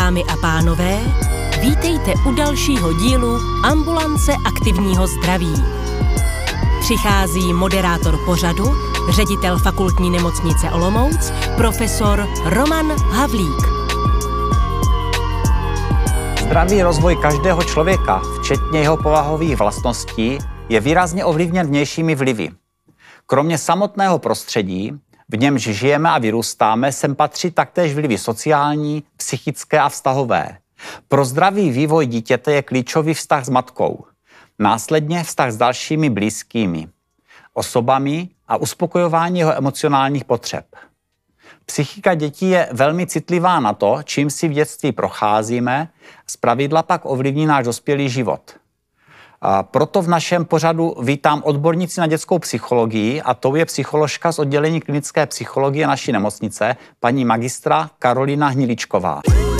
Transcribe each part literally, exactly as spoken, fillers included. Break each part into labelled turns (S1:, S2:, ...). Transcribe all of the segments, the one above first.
S1: Dámy a pánové, vítejte u dalšího dílu Ambulance aktivního zdraví. Přichází moderátor pořadu, ředitel Fakultní nemocnice Olomouc, profesor Roman Havlík.
S2: Zdravý rozvoj každého člověka, včetně jeho povahových vlastností, je výrazně ovlivněn vnějšími vlivy. Kromě samotného prostředí, v němž žijeme a vyrůstáme, sem patří taktéž vlivy sociální, psychické a vztahové. Pro zdravý vývoj dítěte je klíčový vztah s matkou. Následně vztah s dalšími blízkými osobami a uspokojování jeho emocionálních potřeb. Psychika dětí je velmi citlivá na to, čím si v dětství procházíme, zpravidla pak ovlivní náš dospělý život. A proto v našem pořadu vítám odbornici na dětskou psychologii, a tou je psycholožka z oddělení klinické psychologie naší nemocnice, paní magistra Karolina Hniličková.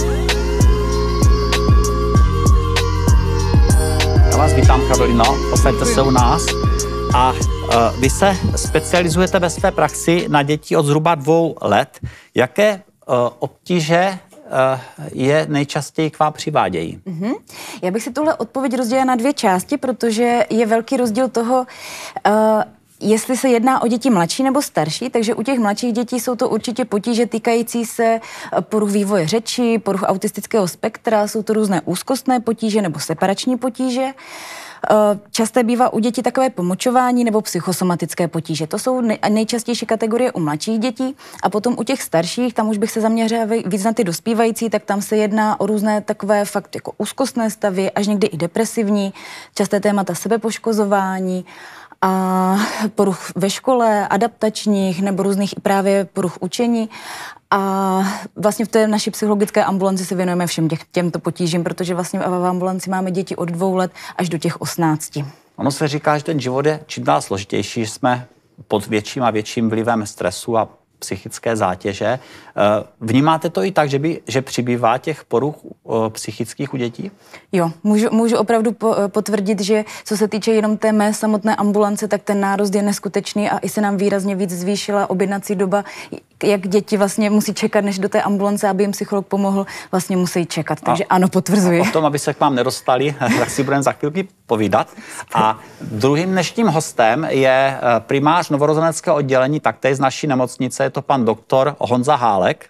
S2: Já vás vítám, Karolino, posaďte se u nás. A uh, vy se specializujete ve své praxi na děti od zhruba dvou let. Jaké uh, obtíže uh, je nejčastěji k vám přivádějí?
S3: Mm-hmm. Já bych si tuhle odpověď rozdělila na dvě části, protože je velký rozdíl toho, uh, jestli se jedná o děti mladší nebo starší, takže u těch mladších dětí jsou to určitě potíže týkající se poruch vývoje řeči, poruch autistického spektra, jsou to různé úzkostné potíže nebo separační potíže. Časté bývá u dětí takové pomočování nebo psychosomatické potíže. To jsou nejčastější kategorie u mladších dětí. A potom u těch starších, tam už bych se zaměřila víc na ty dospívající, tak tam se jedná o různé takové fakt jako úzkostné stavy, až někdy i depresivní, časté témata sebepoškozování a poruch ve škole, adaptačních nebo různých právě poruch učení. A vlastně v té naší psychologické ambulanci se věnujeme všem těch, těmto potížím, protože vlastně v ambulanci máme děti od dvou let až do těch osmnácti.
S2: Ono se říká, že ten život je čím dál složitější, že jsme pod větším a větším vlivem stresu a psychické zátěže. Vnímáte to i tak, že, by, že přibývá těch poruch psychických u dětí?
S3: Jo, můžu, můžu opravdu po, potvrdit, že co se týče jenom té mé samotné ambulance, tak ten nárůst je neskutečný a i se nám výrazně víc zvýšila objednací doba, jak děti vlastně musí čekat, než do té ambulance, aby jim psycholog pomohl, vlastně musí čekat. Takže a ano, potvrzuji.
S2: O tom, aby se k vám nedostali, tak si budeme za chvilky povídat. A druhým dnešním hostem je primář novorozeneckého oddělení, taktéž z naší nemocnice, je to pan doktor Honza Hálek.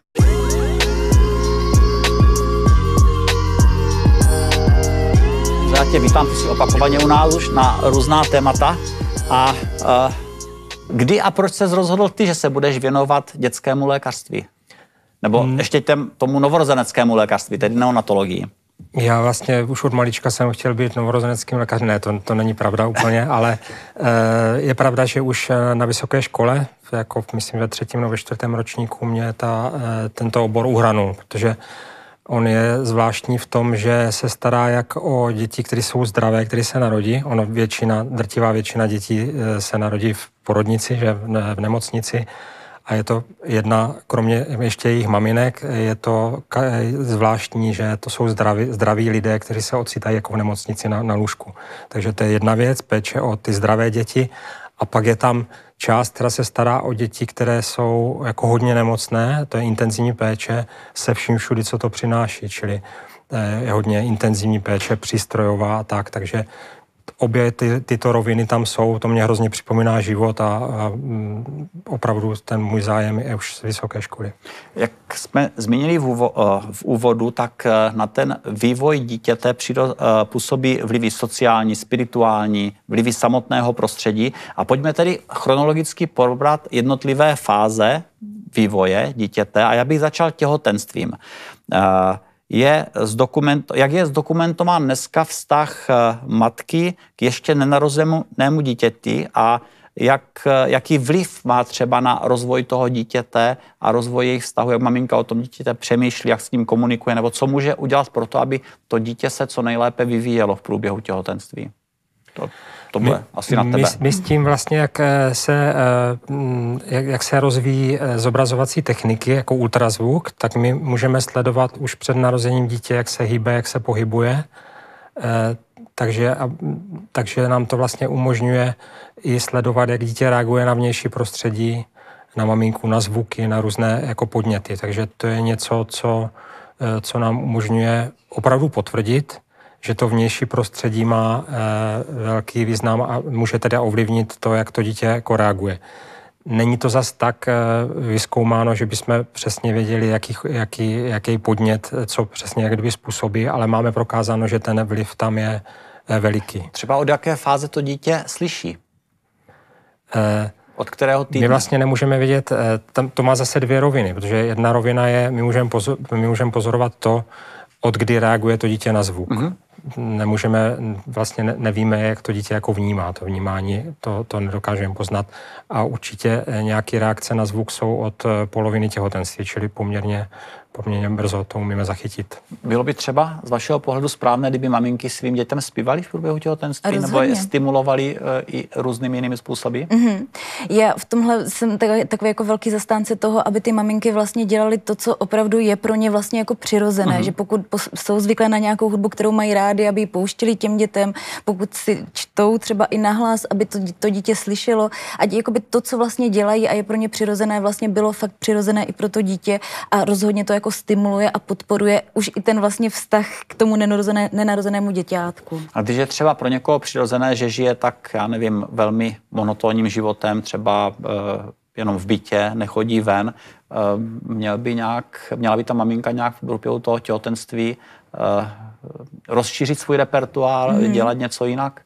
S2: Já tě vítám, ty jsi opakovaně u nás už na různá témata. A uh, kdy a proč se rozhodl ty, že se budeš věnovat dětskému lékařství? Nebo hmm. ještě těm, tomu novorozeneckému lékařství, tedy neonatologii?
S4: Já vlastně už od malička jsem chtěl být novorozeneckým lékařem. Ne, to, to není pravda úplně, ale e, je pravda, že už na vysoké škole, jako myslím ve třetím nebo ve čtvrtém ročníku, mě ta, e, tento obor uhranul, protože on je zvláštní v tom, že se stará jak o děti, které jsou zdravé, které se narodí. Ono většina, drtivá většina dětí se narodí v porodnici, že v nemocnici. A je to jedna, kromě ještě jejich maminek, je to zvláštní, že to jsou zdraví, zdraví lidé, kteří se ocitají jako v nemocnici na, na lůžku. Takže to je jedna věc, péče o ty zdravé děti. A pak je tam část, která se stará o děti, které jsou jako hodně nemocné, to je intenzivní péče se vším všudy, co to přináší, čili je hodně intenzivní péče, přístrojová a tak, takže obě ty, tyto roviny tam jsou, to mě hrozně připomíná život a, a opravdu ten můj zájem je už z vysoké školy.
S2: Jak jsme zmínili v, úvo, v úvodu, tak na ten vývoj dítěte přido, působí vlivy sociální, spirituální, vlivy samotného prostředí. A pojďme tedy chronologicky probrat jednotlivé fáze vývoje dítěte a já bych začal těhotenstvím. Je zdokument, jak je zdokumentován dneska vztah matky k ještě nenarozenému dítěti a jak, jaký vliv má třeba na rozvoj toho dítěte a rozvoj jejich vztahu, jak maminka o tom dítěte přemýšlí, jak s ním komunikuje, nebo co může udělat pro to, aby to dítě se co nejlépe vyvíjelo v průběhu těhotenství. To, to bude my, asi na tebe.
S4: My, my s tím vlastně, jak se, jak, jak se rozvíjí zobrazovací techniky, jako ultrazvuk, tak my můžeme sledovat už před narozením dítě, jak se hýbe, jak se pohybuje. Takže, takže nám to vlastně umožňuje i sledovat, jak dítě reaguje na vnější prostředí, na maminku, na zvuky, na různé jako podněty. Takže to je něco, co co nám umožňuje opravdu potvrdit, že to vnější prostředí má velký význam a může teda ovlivnit to, jak to dítě jako reaguje. Není to zas tak vyzkoumáno, že bychom přesně věděli, jaký, jaký, jaký podnět, co přesně jak kdyby způsobí, ale máme prokázáno, že ten vliv tam je veliký.
S2: Třeba od jaké fáze to dítě slyší? Eh, od kterého týdne?
S4: My vlastně nemůžeme vědět, tam to má zase dvě roviny, protože jedna rovina je, my můžeme pozor, my můžeme pozorovat to, od kdy reaguje to dítě na zvuk. Mm-hmm. Nemůžeme, vlastně ne, nevíme, jak to dítě jako vnímá, to vnímání, to, to nedokážeme poznat a určitě nějaké reakce na zvuk jsou od poloviny těhotenství, čili poměrně, poměrně brzo to umíme zachytit.
S2: Bylo by třeba z vašeho pohledu správné, kdyby maminky svým dětem zpívaly v průběhu těhotenství nebo je stimulovali i různými jinými způsoby?
S3: Mm-hmm. Já v tomhle jsem takový, takový jako velký zastánce toho, aby ty maminky vlastně dělaly to, co opravdu je pro ně vlastně jako přirozené, mm-hmm. že pokud jsou zvyklé na nějakou hudbu, kterou mají rádi, aby ji pouštěli těm dětem, pokud si čtou třeba i nahlas, aby to, to dítě slyšelo, ať jakoby to, co vlastně dělají a je pro ně přirozené, vlastně bylo fakt přirozené i pro to dítě a rozhodně to jako stimuluje a podporuje už i ten vlastně vztah k tomu nenarozené, nenarozenému děťátku.
S2: A když je třeba pro někoho přirozené, že žije tak, já nevím, velmi monotónním životem, třeba e, jenom v bytě, nechodí ven, e, měl by nějak, měla by ta maminka nějak v průběhu toho těhotenství e, rozšířit svůj repertoár, mm. dělat něco jinak?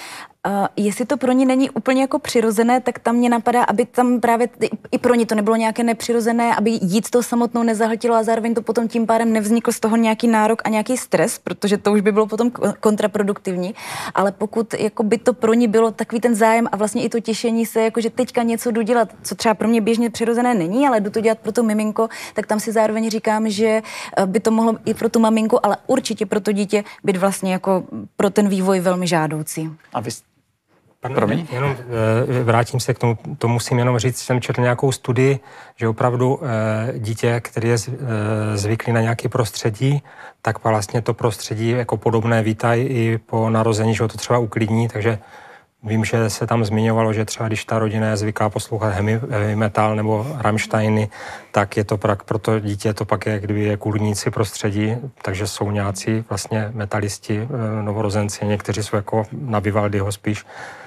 S3: Uh, jestli to pro ní není úplně jako přirozené, tak tam mě napadá, aby tam právě i pro ní to nebylo nějaké nepřirozené, aby jít to samotnou nezahltilo a zároveň to potom tím pádem nevznikl z toho nějaký nárok a nějaký stres, protože to už by bylo potom kontraproduktivní. Ale pokud jako by to pro ní bylo takový ten zájem a vlastně i to těšení se, jako že teďka něco jdu dělat, co třeba pro mě běžně přirozené není, ale jdu to dělat pro to miminko, tak tam si zároveň říkám, že by to mohlo i pro tu maminku, ale určitě pro to dítě být vlastně jako pro ten vývoj velmi žádoucí.
S2: A vy
S4: Promiň? Jenom vrátím se k tomu, to musím jenom říct, jsem četl nějakou studii, že opravdu dítě, které je zvyklý na nějaké prostředí, tak vlastně to prostředí jako podobné vítají i po narození, že ho to třeba uklidní, takže vím, že se tam zmiňovalo, že třeba když ta rodina je zvyklá poslouchat heavy, heavy metal nebo Rammsteiny, tak je to pak pro to dítě to pak je, kdyby je kulníci prostředí, takže jsou nějací vlastně metalisti, novorozenci, někteří jsou jako na Vivaldiho spíš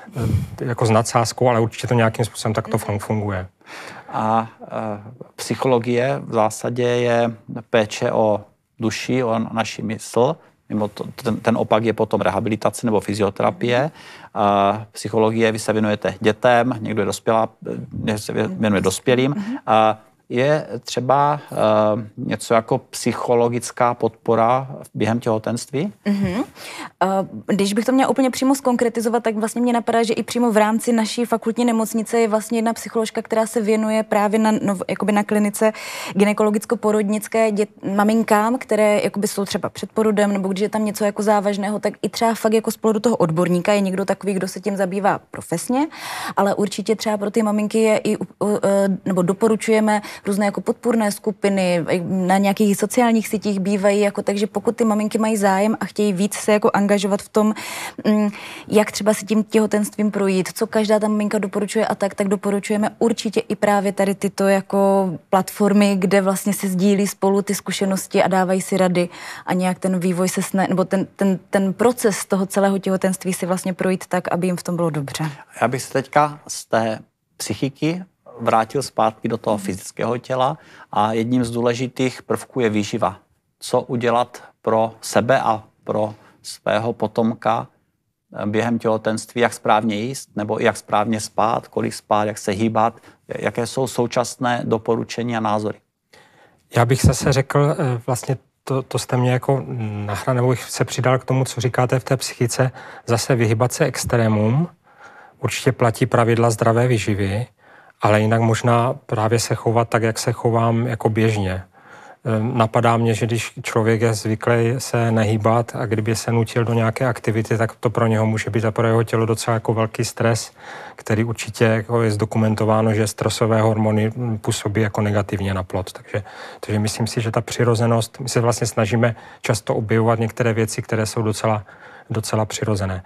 S4: jako s nadsázkou, ale určitě to nějakým způsobem takto funguje.
S2: A e, psychologie v zásadě je péče o duši, o naši mysl, mimo to, ten, ten opak je potom rehabilitace nebo fyzioterapie. A psychologie, vy se věnujete dětem, někdo je dospělá, někdo se věnuje dospělým. A je třeba uh, něco jako psychologická podpora během těhotenství?
S3: Mm-hmm. Uh, když bych to měla úplně přímo zkonkretizovat, tak vlastně mě napadá, že i přímo v rámci naší fakultní nemocnice je vlastně jedna psycholožka, která se věnuje právě na, no, jakoby na klinice gynekologicko-porodnické dět, maminkám, které jakoby jsou třeba před porodem, nebo když je tam něco jako závažného, tak i třeba fakt jako z pohledu toho odborníka je někdo takový, kdo se tím zabývá profesně, ale určitě třeba pro ty maminky je i, uh, uh, nebo doporučujeme různé jako podpůrné skupiny, na nějakých sociálních sítích bývají, jako, takže pokud ty maminky mají zájem a chtějí víc se jako angažovat v tom, jak třeba si tím těhotenstvím projít, co každá ta maminka doporučuje a tak, tak doporučujeme určitě i právě tady tyto jako platformy, kde vlastně se sdílí spolu ty zkušenosti a dávají si rady a nějak ten vývoj se sne, nebo ten, ten, ten proces toho celého těhotenství si vlastně projít tak, aby jim v tom bylo dobře.
S2: Já bych se teďka z té psychiky vrátil zpátky do toho fyzického těla a jedním z důležitých prvků je výživa. Co udělat pro sebe a pro svého potomka během těhotenství, jak správně jíst, nebo jak správně spát, kolik spát, jak se hýbat, jaké jsou současné doporučení a názory.
S4: Já bych zase řekl, vlastně to, to jste mě jako nahral, nebo bych se přidal k tomu, co říkáte v té psychice, zase vyhybat se extrémům. Určitě platí pravidla zdravé výživy, ale jinak možná právě se chovat tak, jak se chovám jako běžně. Napadá mě, že když člověk je zvyklý se nehýbat a kdyby se nutil do nějaké aktivity, tak to pro něho může být a pro jeho tělo docela jako velký stres, který určitě jako je zdokumentováno, že stresové hormony působí jako negativně na plod. Takže, takže myslím si, že ta přirozenost, my se vlastně snažíme často objevovat některé věci, které jsou docela, docela přirozené.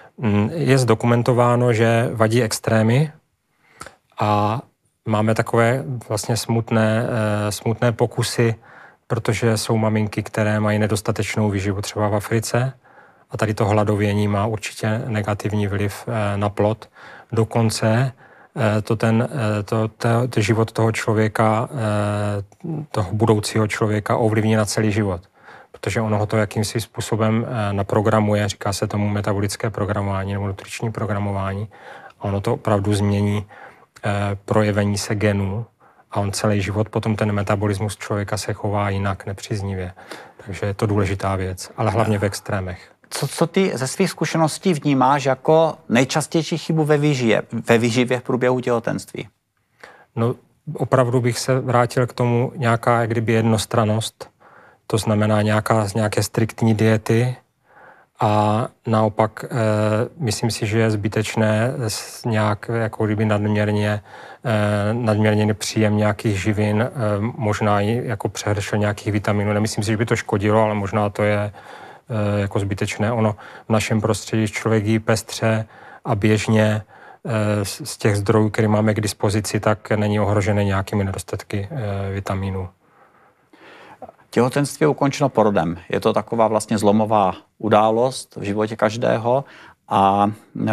S4: Je zdokumentováno, že vadí extrémy, a máme takové vlastně smutné, smutné pokusy protože jsou maminky, které mají nedostatečnou výživu třeba v Africe a tady to hladovění má určitě negativní vliv na plod. Dokonce to ten to, to, to život toho člověka, toho budoucího člověka ovlivní na celý život. Protože ono ho to jakýmsi způsobem naprogramuje, říká se tomu metabolické programování nebo nutriční programování. A ono to opravdu změní projevení se genů a on celý život potom ten metabolismus člověka se chová jinak, nepříznivě. Takže je to důležitá věc, ale hlavně v extrémech.
S2: Co, co ty ze svých zkušeností vnímáš jako nejčastější chybu ve výživě, ve výživě v průběhu těhotenství?
S4: No, opravdu bych se vrátil k tomu nějaká, jak kdyby jednostrannost, to znamená nějaká, nějaké striktní diety a naopak e, myslím si, že je zbytečné nějak jako kdyby nadměrně, e, nadměrně příjem nějakých živin, e, možná i jako přehršel nějakých vitaminů. Nemyslím si, že by to škodilo, ale možná to je e, jako zbytečné. Ono v našem prostředí člověk jí pestře a běžně e, z těch zdrojů, které máme k dispozici, tak není ohrožené nějakými nedostatky e, vitaminů.
S2: Těhotenství je ukončeno porodem. Je to taková vlastně zlomová událost v životě každého a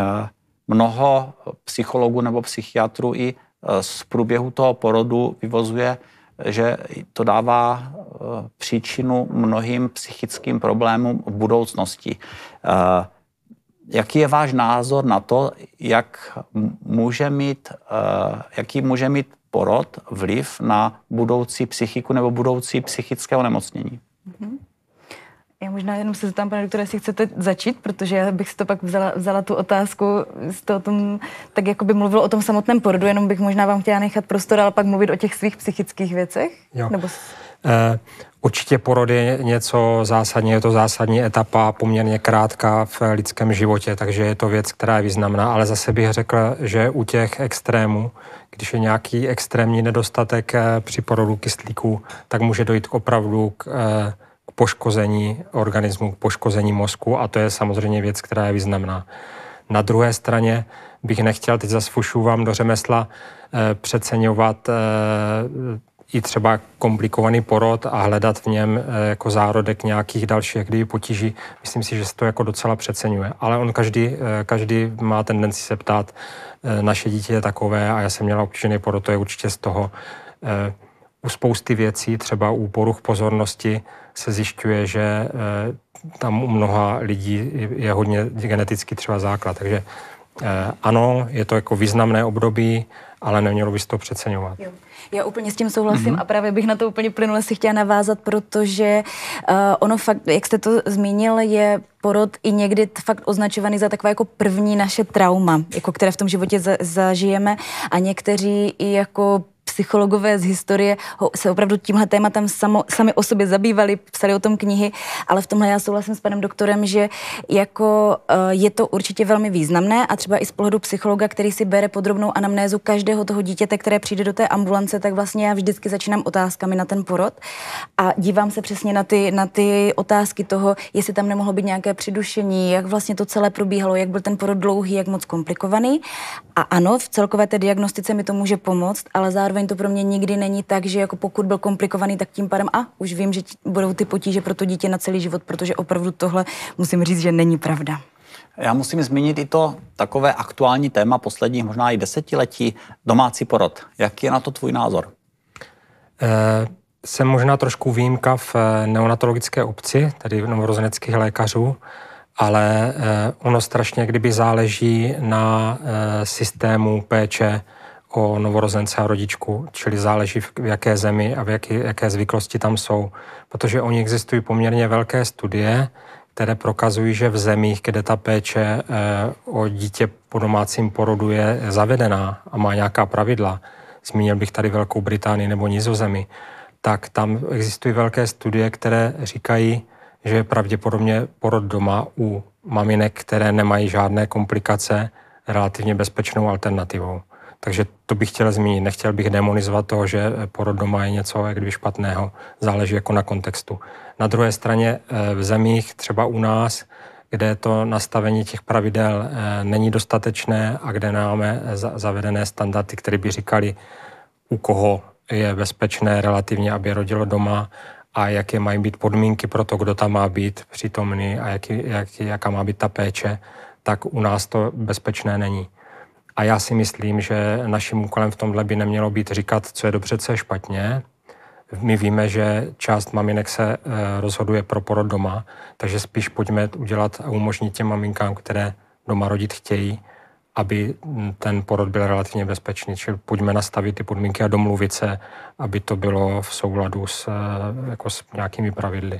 S2: mnoho psychologů nebo psychiatrů i z průběhu toho porodu vyvozuje, že to dává příčinu mnohým psychickým problémům v budoucnosti. Jaký je váš názor na to, jak může mít, jaký může mít porod vliv na budoucí psychiku nebo budoucí psychické onemocnění?
S3: Mm-hmm. Já možná jenom se zeptám, pane doktore, jestli chcete začít, protože já bych si to pak vzala, vzala tu otázku, jste o tom, tak jako by mluvil o tom samotném porodu, jenom bych možná vám chtěla nechat prostor, ale pak mluvit o těch svých psychických věcech?
S4: Jo.
S3: Nebo...
S4: Eh, určitě porod je něco zásadní, je to zásadní etapa, poměrně krátká v lidském životě, takže je to věc, která je významná, ale zase bych řekl, že u těch extrémů, když je nějaký extrémní nedostatek při porodu kyslíku, tak může dojít k opravdu k, k poškození organismu, k poškození mozku a to je samozřejmě věc, která je významná. Na druhé straně bych nechtěl, teď zase fušu vám do řemesla, přeceňovat i třeba komplikovaný porod a hledat v něm jako zárodek nějakých dalších kdyby potíží. Myslím si, že se to jako docela přeceňuje. Ale on každý, každý má tendenci se ptát, naše dítě je takové a já jsem měla obtížený porod, to je určitě z toho. U spousty věcí, třeba u poruch pozornosti, se zjišťuje, že tam u mnoha lidí je hodně genetický třeba základ. Takže ano, je to jako významné období, ale nemělo by se to přeceňovat. Jo.
S3: Já úplně s tím souhlasím mm-hmm. a právě bych na to úplně plynule si chtěla navázat, protože uh, ono fakt, jak jste to zmínil, je porod i někdy fakt označovaný za takové jako první naše trauma, jako které v tom životě za, zažijeme a někteří i jako psychologové z historie ho, se opravdu tímhle tématem samo, sami o sobě zabývali, psali o tom knihy, ale v tomhle já souhlasím s panem doktorem, že jako uh, je to určitě velmi významné a třeba i z pohledu psychologa, který si bere podrobnou anamnézu každého toho dítěte, které přijde do té ambulance, tak vlastně já vždycky začínám otázkami na ten porod a dívám se přesně na ty, na ty otázky toho, jestli tam nemohlo být nějaké přidušení, jak vlastně to celé probíhalo, jak byl ten porod dlouhý, jak moc komplikovaný. A ano, v celkové té diagnostice mi to může pomoct, ale zároveň to pro mě nikdy není tak, že jako pokud byl komplikovaný, tak tím pádem a už vím, že budou ty potíže pro to dítě na celý život, protože opravdu tohle musím říct, že není pravda.
S2: Já musím zmínit i to takové aktuální téma posledních možná i desetiletí, domácí porod. Jaký je na to tvůj názor?
S4: E, jsem možná trošku výjimka v neonatologické obci, tedy novorozeneckých lékařů, ale e, ono strašně kdyby záleží na e, systému péče o novorozence a rodičku, čili záleží v jaké zemi a v jaké, jaké zvyklosti tam jsou. Protože oni existují poměrně velké studie, které prokazují, že v zemích, kde ta péče e, o dítě po domácím porodu je zavedená a má nějaká pravidla, zmínil bych tady Velkou Británii nebo Nizozemí, tak tam existují velké studie, které říkají, že je pravděpodobně porod doma u maminek, které nemají žádné komplikace, relativně bezpečnou alternativou. Takže to bych chtěl zmínit. Nechtěl bych demonizovat toho, že porod doma je něco jak kdyby špatného. Záleží jako na kontextu. Na druhé straně v zemích, třeba u nás, kde to nastavení těch pravidel není dostatečné a kde máme zavedené standardy, které by říkali, u koho je bezpečné relativně, aby rodilo doma a jaké mají být podmínky pro to, kdo tam má být přítomný a jaký, jaký, jaká má být ta péče, tak u nás to bezpečné není. A já si myslím, že naším úkolem v tomhle by nemělo být říkat, co je dobře, co je špatně. My víme, že část maminek se rozhoduje pro porod doma, takže spíš pojďme udělat a umožnit těm maminkám, které doma rodit chtějí, aby ten porod byl relativně bezpečný. Čili pojďme nastavit ty podmínky a domluvit se, aby to bylo v souladu s, jako s nějakými pravidly.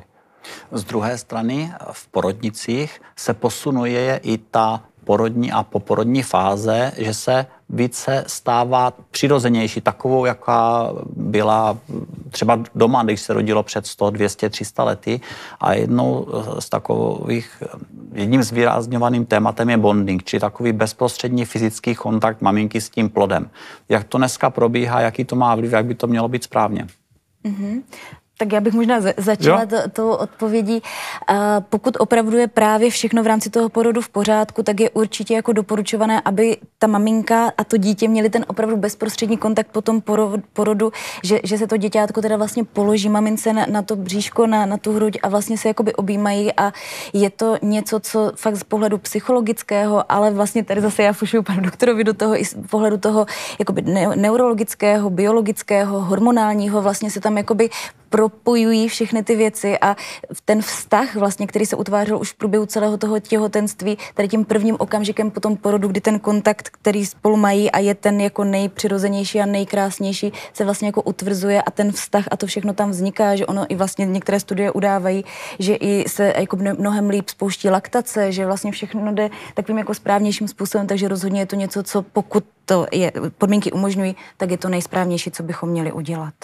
S2: Z druhé strany v porodnicích se posunuje i ta porodní a poporodní fáze, že se více stává přirozenější, takovou, jaká byla třeba doma, když se rodilo před sto, dvě stě, tři sta lety. A jednou z takových, jedním zvýrazňovaným tématem je bonding, či takový bezprostřední fyzický kontakt maminky s tím plodem. Jak to dneska probíhá, jaký to má vliv, jak by to mělo být správně?
S3: Mm-hmm. Tak já bych možná začala to, tou odpovědí. A pokud opravdu je právě všechno v rámci toho porodu v pořádku, tak je určitě jako doporučované, aby ta maminka a to dítě měli ten opravdu bezprostřední kontakt po tom porodu, že, že se to děťátko teda vlastně položí mamince na, na to bříško, na, na tu hruď a vlastně se jakoby objímají a je to něco, co fakt z pohledu psychologického, ale vlastně tady zase já fušuju panu doktorovi do toho i z pohledu toho jakoby neurologického, biologického, hormonálního, vlastně se tam jakoby propojují všechny ty věci a ten vztah vlastně, který se utvářel už v průběhu celého toho těhotenství, tady tím prvním okamžikem po tom porodu, kdy ten kontakt, který spolu mají a je ten jako nejpřirozenější a nejkrásnější, se vlastně jako utvrzuje a ten vztah a to všechno tam vzniká, že ono i vlastně některé studie udávají, že i se jako mnohem líp spouští laktace, že vlastně všechno jde takovým jako správnějším způsobem, takže rozhodně je to něco, co pokud to je, podmínky umožňují, tak je to nejsprávnější, co bychom měli udělat.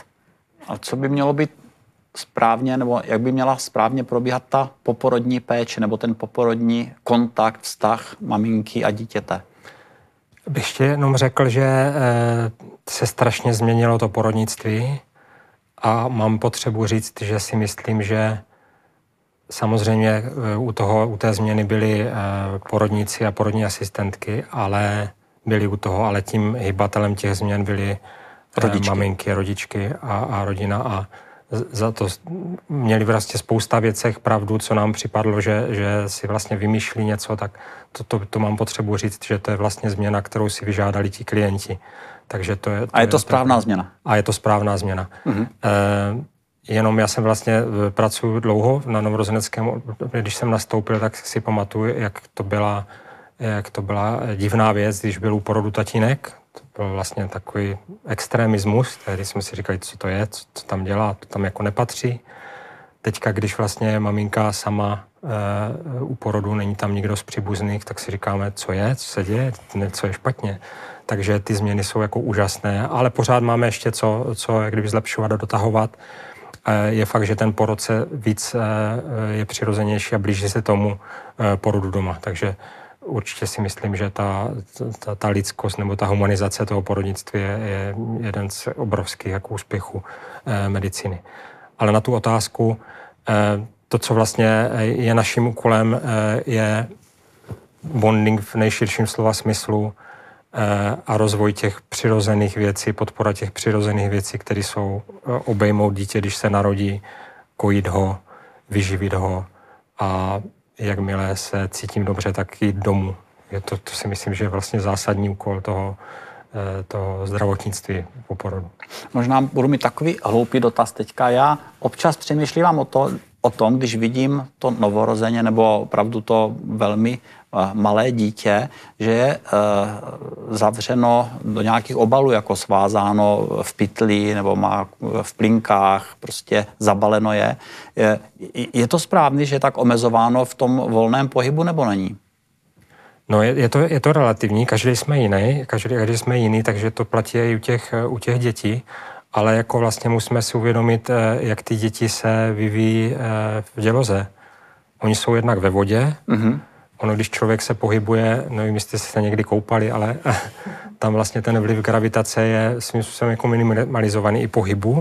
S2: A co by mělo být správně, nebo jak by měla správně probíhat ta poporodní péče, nebo ten poporodní kontakt, vztah maminky a dítěte?
S4: Bych ještě jenom řekl, že se strašně změnilo to porodnictví a mám potřebu říct, že si myslím, že samozřejmě u, toho, u té změny byli porodníci a porodní asistentky, ale byli u toho, ale tím hybatelem těch změn byli rodičky. maminky, rodičky a, a rodina a za to měli vlastně spousta věcech pravdu, co nám připadlo, že, že si vlastně vymýšlí něco, tak to, to, to mám potřebu říct, že to je vlastně změna, kterou si vyžádali ti klienti. Takže to je, to
S2: a je to
S4: je,
S2: správná
S4: to,
S2: změna?
S4: A je to správná změna. Mm-hmm. E, jenom já jsem vlastně pracuji dlouho na novorozeneckém, když jsem nastoupil, tak si pamatuju, jak to byla, jak to byla divná věc, když byl u porodu tatínek. To byl vlastně takový extremismus, tehdy jsme si říkali, co to je, co, co tam dělá, to tam jako nepatří. Teďka, když vlastně je maminka sama e, u porodu, není tam nikdo z příbuzných, tak si říkáme, co je, co se děje, co je špatně. Takže ty změny jsou jako úžasné, ale pořád máme ještě co, co jak kdyby zlepšovat a dotahovat. E, je fakt, že ten porod se víc e, je přirozenější a blíží se tomu e, porodu doma, takže určitě si myslím, že ta, ta, ta lidskost nebo ta humanizace toho porodnictví je, je jeden z obrovských jako úspěchů eh, medicíny. Ale na tu otázku, eh, to, co vlastně je naším úkolem, eh, je bonding v nejširším slova smyslu eh, a rozvoj těch přirozených věcí, podpora těch přirozených věcí, které jsou eh, obejmout dítě, když se narodí, kojit ho, vyživit ho a jakmile se cítím dobře, tak jít domů. Je to, to si myslím, že je vlastně zásadní úkol toho, toho zdravotnictví po porodu.
S2: Možná budu mít takový hloupý dotaz teďka. Já občas přemýšlím o, to, o tom, když vidím to novorozeně nebo opravdu to velmi uh, malé dítě, že je uh, zavřeno do nějakých obalů, jako svázáno v pytli nebo má v plinkách, prostě zabaleno je. Je, je to správný, že je tak omezováno v tom volném pohybu, nebo není?
S4: No je, je, to, je to relativní, každý jsme jiný, každý, každý jsme jiný, takže to platí i u těch, u těch dětí, ale jako vlastně musíme si uvědomit, jak ty děti se vyvíjí v děloze. Oni jsou jednak ve vodě, mm-hmm. ono, když člověk se pohybuje, nevím, jestli jste se někdy koupali, ale tam vlastně ten vliv gravitace je svým způsobem jako minimalizovaný i pohybu.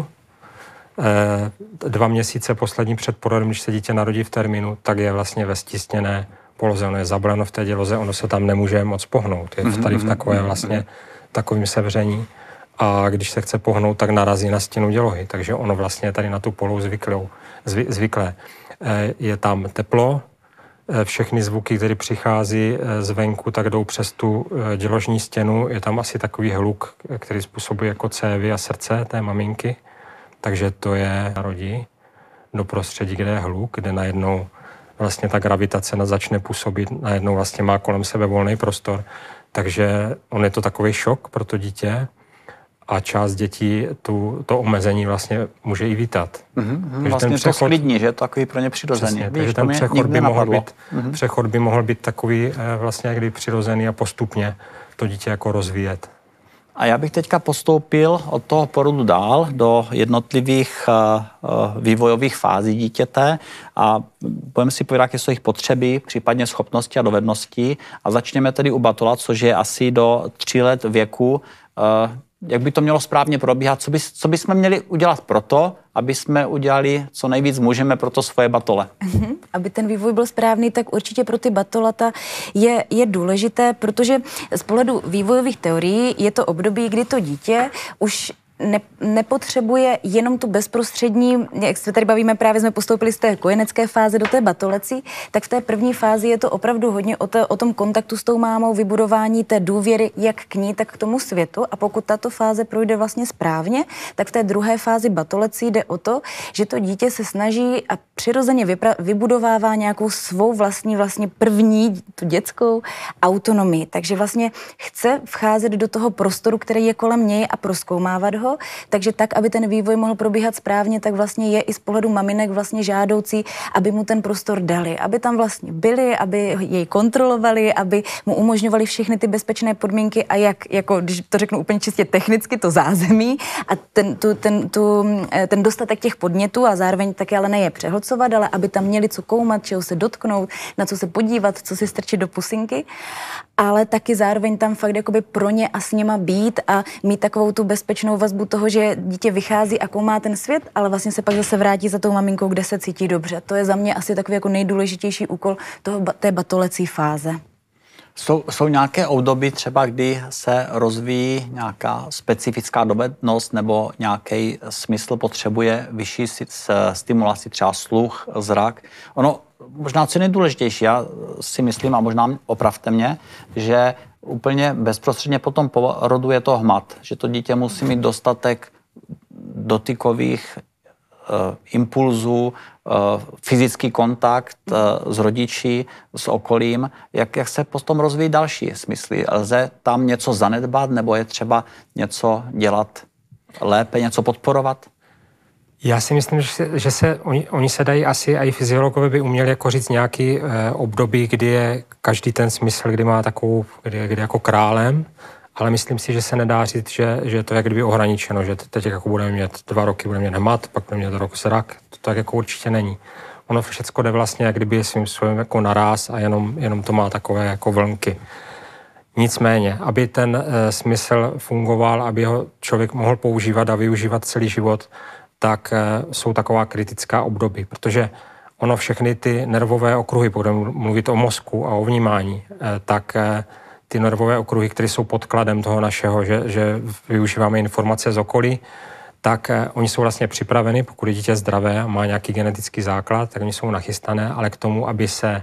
S4: Dva měsíce poslední před porodem, když se dítě narodí v termínu, tak je vlastně ve stisněné poloze, ono je zabaleno v té děloze, ono se tam nemůže moc pohnout. Je to tady v takové vlastně takovým sevření a když se chce pohnout, tak narazí na stěnu dělohy. Takže ono vlastně tady na tu polou zvyklou, zvy, zvyklé. Je tam teplo, všechny zvuky, které přichází zvenku, tak jdou přes tu děložní stěnu. Je tam asi takový hluk, který způsobuje jako cévy a srdce té maminky. Takže to je narodí do prostředí, kde je hluk, kde najednou vlastně ta gravitace začne působit, najednou vlastně má kolem sebe volný prostor. Takže on je to takový šok pro to dítě a část dětí tu, to omezení vlastně může i vítat.
S2: Mm-hmm, vlastně přechod, to sklidní, že je to takový pro ně přirozený.
S4: Přesně, takže ten přechod by, mohl být, mm-hmm. přechod by mohl být takový vlastně jakby přirozený a postupně to dítě jako rozvíjet.
S2: A já bych teďka postoupil od toho porodu dál do jednotlivých uh, vývojových fází dítěte a budeme si povědět, jaké jsou jejich potřeby, případně schopnosti a dovednosti. A začněme tedy u batola, což je asi do tří let věku. Uh, jak by to mělo správně probíhat? Co, by, co bychom měli udělat proto, aby jsme udělali, co nejvíc můžeme pro to svoje batole?
S3: Mm-hmm. Aby ten vývoj byl správný, tak určitě pro ty batolata je, je důležité, protože z pohledu vývojových teorií je to období, kdy to dítě už Ne, nepotřebuje jenom tu bezprostřední, jak se tady bavíme, právě jsme postoupili z té kojenecké fáze do té batolecí, tak v té první fázi je to opravdu hodně o, to, o tom kontaktu s tou mámou, vybudování té důvěry jak k ní, tak k tomu světu. A pokud tato fáze projde vlastně správně, tak v té druhé fázi batolecí jde o to, že to dítě se snaží a přirozeně vypra- vybudovává nějakou svou vlastní, vlastně první, tu dětskou autonomii. Takže vlastně chce vcházet do toho prostoru, který je kolem něj a prozkoumávat ho. Takže tak, aby ten vývoj mohl probíhat správně, tak vlastně je i z pohledu maminek vlastně žádoucí, aby mu ten prostor dali, aby tam vlastně byli, aby jej kontrolovali, aby mu umožňovali všechny ty bezpečné podmínky a jak, jako, když to řeknu úplně čistě technicky, to zázemí a ten, tu, ten, tu, ten dostatek těch podnětů a zároveň taky ale ne je přehlcovat, ale aby tam měli co koumat, čeho se dotknout, na co se podívat, co si strčit do pusinky, ale taky zároveň tam fakt jakoby pro ně a s něma být a mít takovou tu bezpečnou vazbu toho, že dítě vychází a koumá ten svět, ale vlastně se pak zase vrátí za tou maminkou, kde se cítí dobře. To je za mě asi takový jako nejdůležitější úkol toho, té batolecí fáze.
S2: Jsou, jsou nějaké období třeba, kdy se rozvíjí nějaká specifická dovednost nebo nějaký smysl potřebuje vyšší stimulaci, třeba sluch, zrak. Ono možná co je nejdůležitější, já si myslím, a možná opravte mě, že úplně bezprostředně po tom porodu je to hmat, že to dítě musí mít dostatek dotykových uh, impulzů, uh, fyzický kontakt uh, s rodiči, s okolím. Jak, jak se potom rozvíjí další smysly? Lze tam něco zanedbat nebo je třeba něco dělat lépe, něco podporovat?
S4: Já si myslím, že se, že se oni, oni se dají asi, a i fyziologové by uměli jako říct nějaký eh, období, kdy je každý ten smysl, kdy má takovou, kdy je, kdy je jako králem, ale myslím si, že se nedá říct, že, že to je jak kdyby ohraničeno, že teď jako budeme mít dva roky, budeme mít hmat, pak budeme mít rok zrak, to tak jako určitě není. Ono všechno jde vlastně jak kdyby svým svým jako naráz a jenom, jenom to má takové jako vlnky. Nicméně, aby ten e, smysl fungoval, aby ho člověk mohl používat a využívat celý život, tak e, jsou taková kritická období, protože ono všechny ty nervové okruhy, budeme mluvit o mozku a o vnímání, e, tak e, ty nervové okruhy, které jsou podkladem toho našeho, že, že využíváme informace z okolí, tak e, oni jsou vlastně připraveni, pokud je dítě zdravé a má nějaký genetický základ, tak oni jsou nachystané, ale k tomu, aby se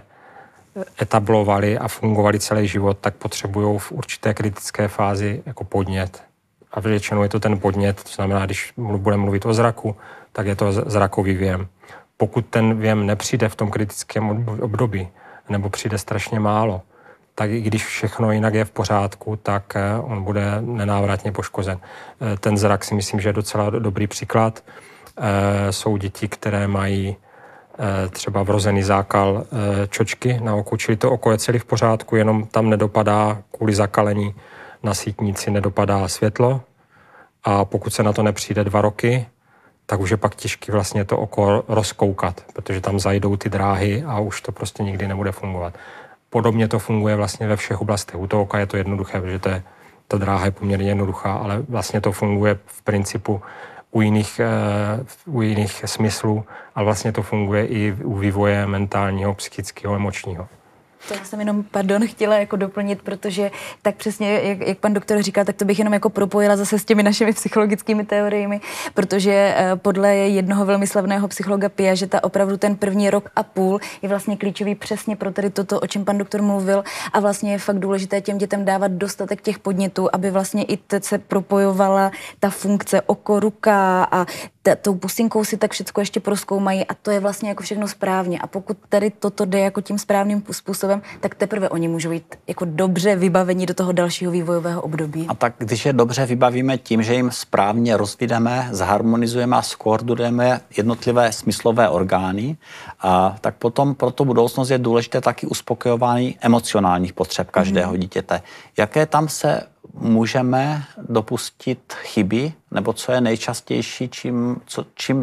S4: etablovali a fungovali celý život, tak potřebují v určité kritické fázi jako podnět. A většinou je to ten podnět, to znamená, když budeme mluvit o zraku, tak je to zrakový věm. Pokud ten věm nepřijde v tom kritickém období, nebo přijde strašně málo, tak i když všechno jinak je v pořádku, tak on bude nenávratně poškozen. Ten zrak si myslím, že je docela dobrý příklad. Jsou děti, které mají třeba vrozený zákal čočky na oku, čili to oko je celý v pořádku, jenom tam nedopadá kvůli zakalení na sítnici, nedopadá světlo a pokud se na to nepřijde dva roky, tak už je pak těžké vlastně to oko rozkoukat, protože tam zajdou ty dráhy a už to prostě nikdy nebude fungovat. Podobně to funguje vlastně ve všech oblastech. U toho oka je to jednoduché, protože to je, ta dráha je poměrně jednoduchá, ale vlastně to funguje v principu u jiných, u jiných smyslů a vlastně to funguje i u vývoje mentálního, psychického, emočního.
S3: To jsem jenom, pardon, chtěla jako doplnit, protože tak přesně, jak, jak pan doktor říkal, tak to bych jenom jako propojila zase s těmi našimi psychologickými teoriemi, protože podle jednoho velmi slavného psychologa Piageta opravdu ten první rok a půl je vlastně klíčový přesně pro tady toto, o čem pan doktor mluvil, a vlastně je fakt důležité těm dětem dávat dostatek těch podnětů, aby vlastně i teď se propojovala ta funkce oko, ruka a t- tou pusinkou si tak všechno ještě prozkoumají a to je vlastně jako všechno správně. A pokud tady toto jde jako tím správným způsobem, tak teprve oni můžou jít jako dobře vybavení do toho dalšího vývojového období.
S2: A tak když je dobře vybavíme tím, že jim správně rozvídeme, zharmonizujeme a skoordinujeme jednotlivé smyslové orgány, a tak potom pro tu budoucnost je důležité taky uspokojování emocionálních potřeb každého mm. dítěte. Jaké tam se můžeme dopustit chyby, nebo co je nejčastější, čím, co, čím uh,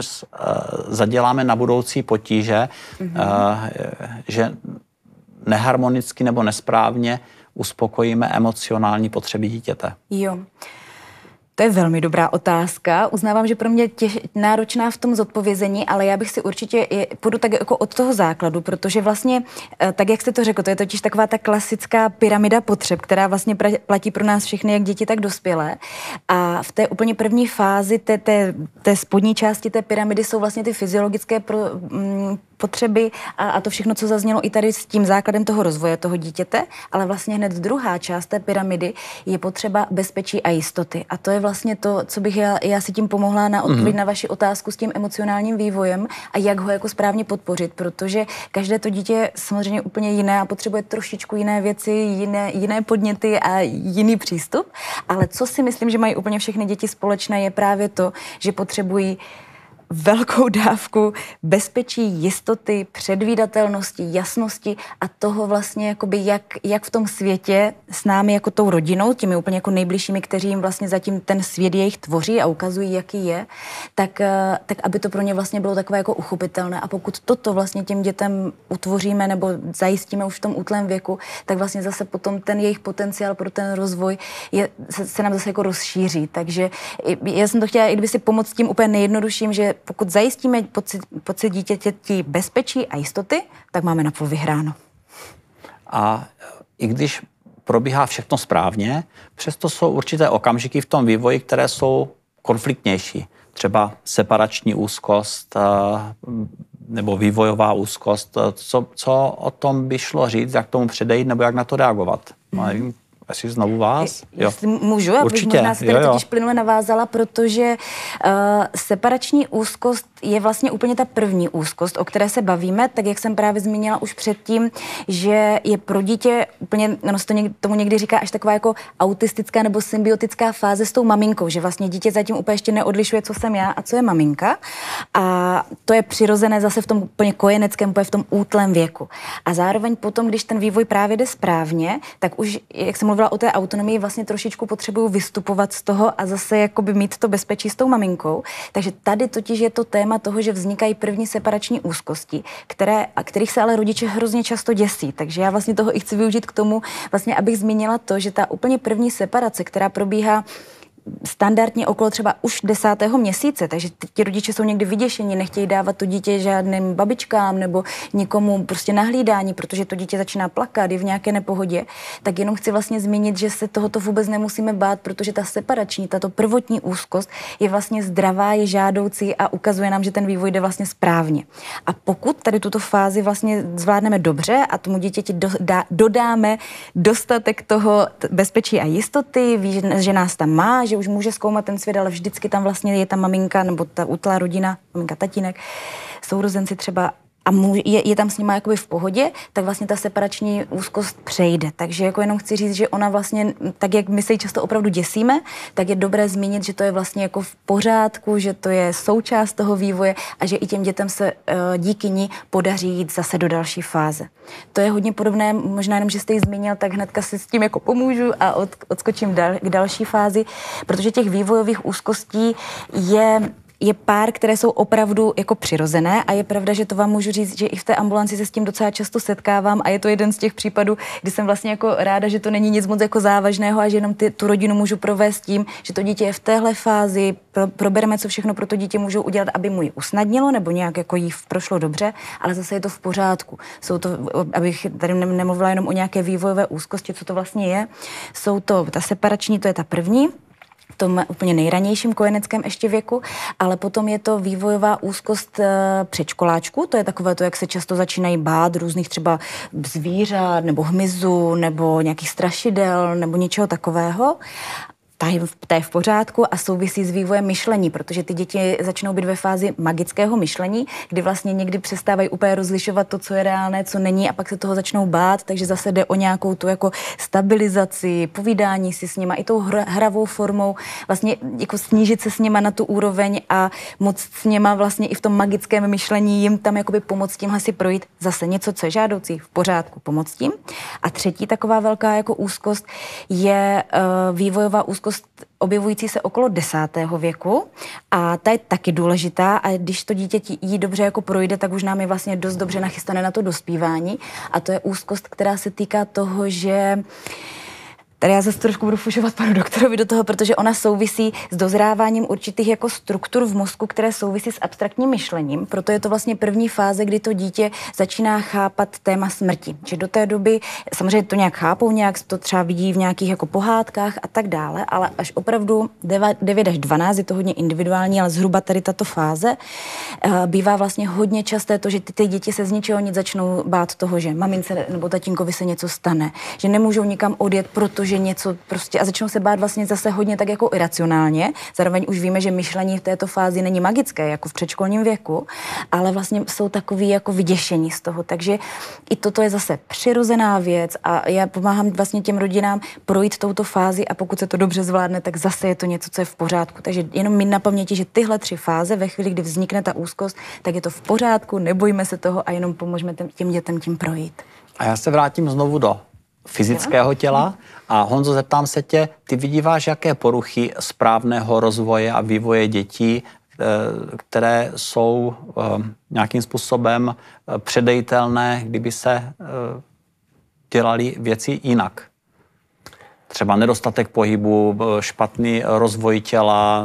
S2: zaděláme na budoucí potíže, mm-hmm. uh, že neharmonicky nebo nesprávně uspokojíme emocionální potřeby dítěte?
S3: Jo. To je velmi dobrá otázka. Uznávám, že pro mě těž, náročná v tom zodpovězení, ale já bych si určitě, je, půjdu tak jako od toho základu, protože vlastně, tak jak jste to řekl, to je totiž taková ta klasická pyramida potřeb, která vlastně pra, platí pro nás všechny, jak děti, tak dospělé. A v té úplně první fázi té, té, té spodní části té pyramidy jsou vlastně ty fyziologické pro, mm, potřeby a, a to všechno, co zaznělo i tady s tím základem toho rozvoje toho dítěte, ale vlastně hned druhá část té pyramidy je potřeba bezpečí a jistoty. A to je vlastně to, co bych já, já si tím pomohla na odpověď mm-hmm. na vaši otázku s tím emocionálním vývojem a jak ho jako správně podpořit, protože každé to dítě je samozřejmě úplně jiné a potřebuje trošičku jiné věci, jiné, jiné podněty a jiný přístup, ale co si myslím, že mají úplně všechny děti společné, je právě to, že potřebují velkou dávku bezpečí, jistoty, předvídatelnosti, jasnosti a toho vlastně, jakoby jak, jak v tom světě s námi jako tou rodinou, těmi úplně jako nejbližšími, kteří jim vlastně zatím ten svět jejich tvoří a ukazují, jaký je, tak, tak aby to pro ně vlastně bylo takové jako uchopitelné. A pokud toto vlastně těm dětem utvoříme nebo zajistíme už v tom útlém věku, tak vlastně zase potom ten jejich potenciál pro ten rozvoj je, se, se nám zase jako rozšíří. Takže já jsem to chtěla, i kdyby si pomoct tím úplně nejjednodušším, že pokud zajistíme pocit, pocit dítěti bezpečí a jistoty, tak máme napůl vyhráno.
S2: A i když probíhá všechno správně, přesto jsou určité okamžiky v tom vývoji, které jsou konfliktnější. Třeba separační úzkost nebo vývojová úzkost. Co, co o tom by šlo říct, jak tomu předejít nebo jak na to reagovat? No, nevím. Jestli znovu vás?
S3: Je, jestli můžu, abych možná se tady totiž plynule navázala, protože uh, separační úzkost je vlastně úplně ta první úzkost, o které se bavíme, tak jak jsem právě zmínila už předtím, že je pro dítě úplně, no se to něk, tomu někdy říká až taková jako autistická nebo symbiotická fáze s tou maminkou, že vlastně dítě zatím úplně ještě neodlišuje, co jsem já a co je maminka. A to je přirozené zase v tom úplně kojeneckém, úplně v tom útlém věku. A zároveň potom, když ten vývoj právě jde správně, tak už, jak jsem mluvila o té autonomii, vlastně trošičku potřebuju vystupovat z toho a zase jakoby mít to bezpečí s tou maminkou. Takže tady totiž je to téma toho, že vznikají první separační úzkosti, které, a kterých se ale rodiče hrozně často děsí. Takže já vlastně toho i chci využít k tomu, vlastně abych zmínila to, že ta úplně první separace, která probíhá standardně okolo třeba už desátého měsíce, takže ti rodiče jsou někdy vyděšení, nechtějí dávat to dítě žádným babičkám nebo nikomu prostě na hlídání, protože to dítě začíná plakat, je v nějaké nepohodě, tak jenom chci vlastně zmínit, že se tohoto vůbec nemusíme bát, protože ta separační, tato prvotní úzkost je vlastně zdravá, je žádoucí a ukazuje nám, že ten vývoj jde vlastně správně. A pokud tady tuto fázi vlastně zvládneme dobře a tomu dítěti do, dá, dodáme dostatek toho bezpečí a jistoty, ví, že nás tam má, že už může zkoumat ten svět, ale vždycky tam vlastně je ta maminka nebo ta útlá rodina, maminka, tatínek, sourozenci třeba a je, je tam s nima jakoby v pohodě, tak vlastně ta separační úzkost přejde. Takže jako jenom chci říct, že ona vlastně, tak jak my se ji často opravdu děsíme, tak je dobré zmínit, že to je vlastně jako v pořádku, že to je součást toho vývoje a že i těm dětem se uh, díky ní podaří jít zase do další fáze. To je hodně podobné, možná jenom, že jste ji zmínil, tak hnedka si s tím jako pomůžu a od, odskočím dal, k další fázi, protože těch vývojových úzkostí je je pár, které jsou opravdu jako přirozené a je pravda, že to vám můžu říct, že i v té ambulanci se s tím docela často setkávám a je to jeden z těch případů, kdy jsem vlastně jako ráda, že to není nic moc jako závažného a že jenom ty, tu rodinu můžu provést tím, že to dítě je v téhle fázi, pro, probereme, co všechno pro to dítě můžou udělat, aby mu ji usnadnilo nebo nějak jako jí prošlo dobře, ale zase je to v pořádku. Jsou to, abych tady nemluvila jenom o nějaké vývojové úzkosti, co to vlastně je. Jsou to ta separační, to je ta první, v tom úplně nejranějším kojeneckém ještě věku, ale potom je to vývojová úzkost e, předškoláčku, to je takové to, jak se často začínají bát různých třeba zvířat, nebo hmyzu, nebo nějakých strašidel, nebo něčeho takového. Ta je, ta je v pořádku a souvisí s vývojem myšlení, protože ty děti začnou být ve fázi magického myšlení, kdy vlastně někdy přestávají úplně rozlišovat to, co je reálné, co není a pak se toho začnou bát, takže zase jde o nějakou tu jako stabilizaci, povídání si s nima i tou hra, hravou formou, vlastně jako snížit se s nima na tu úroveň a moc s nima vlastně i v tom magickém myšlení jim tam jakoby pomoct tímhle si projít zase něco, co je žádoucí, v pořádku, pomoct tím. A třetí taková velká jako úzkost je uh, vývojová úzkost objevující se okolo desátého věku a ta je taky důležitá a když to dítě jí dobře jako projde, tak už nám je vlastně dost dobře nachystané na to dospívání a to je úzkost, která se týká toho, že tady já zase trošku budu fušovat panu doktorovi do toho, protože ona souvisí s dozráváním určitých jako struktur v mozku, které souvisí s abstraktním myšlením. Proto je to vlastně první fáze, kdy to dítě začíná chápat téma smrti. Že do té doby, samozřejmě to nějak chápou, nějak to třeba vidí v nějakých jako pohádkách a tak dále, ale až opravdu devět až dvanáct, je to hodně individuální, ale zhruba tady tato fáze bývá vlastně hodně časté to, že ty, ty děti se z ničeho nic začnou bát toho, že mamince nebo tatínkovi se něco stane, že nemůžou nikam odjet, protože že něco prostě a začnou se bát vlastně zase hodně tak jako iracionálně. Zároveň už víme, že myšlení v této fázi není magické, jako v předškolním věku, ale vlastně jsou takový jako vyděšení z toho. Takže i toto je zase přirozená věc a já pomáhám vlastně těm rodinám projít touto fázi a pokud se to dobře zvládne, tak zase je to něco, co je v pořádku. Takže jenom mít na paměti, že tyhle tři fáze ve chvíli, kdy vznikne ta úzkost, tak je to v pořádku, nebojíme se toho a jenom pomožeme těm dětem tím projít.
S2: A já se vrátím znovu do fyzického těla. A Honzo, zeptám se tě, ty vidíváš, jaké poruchy správného rozvoje a vývoje dětí, které jsou nějakým způsobem předejitelné, kdyby se dělaly věci jinak? Třeba nedostatek pohybu, špatný rozvoj těla?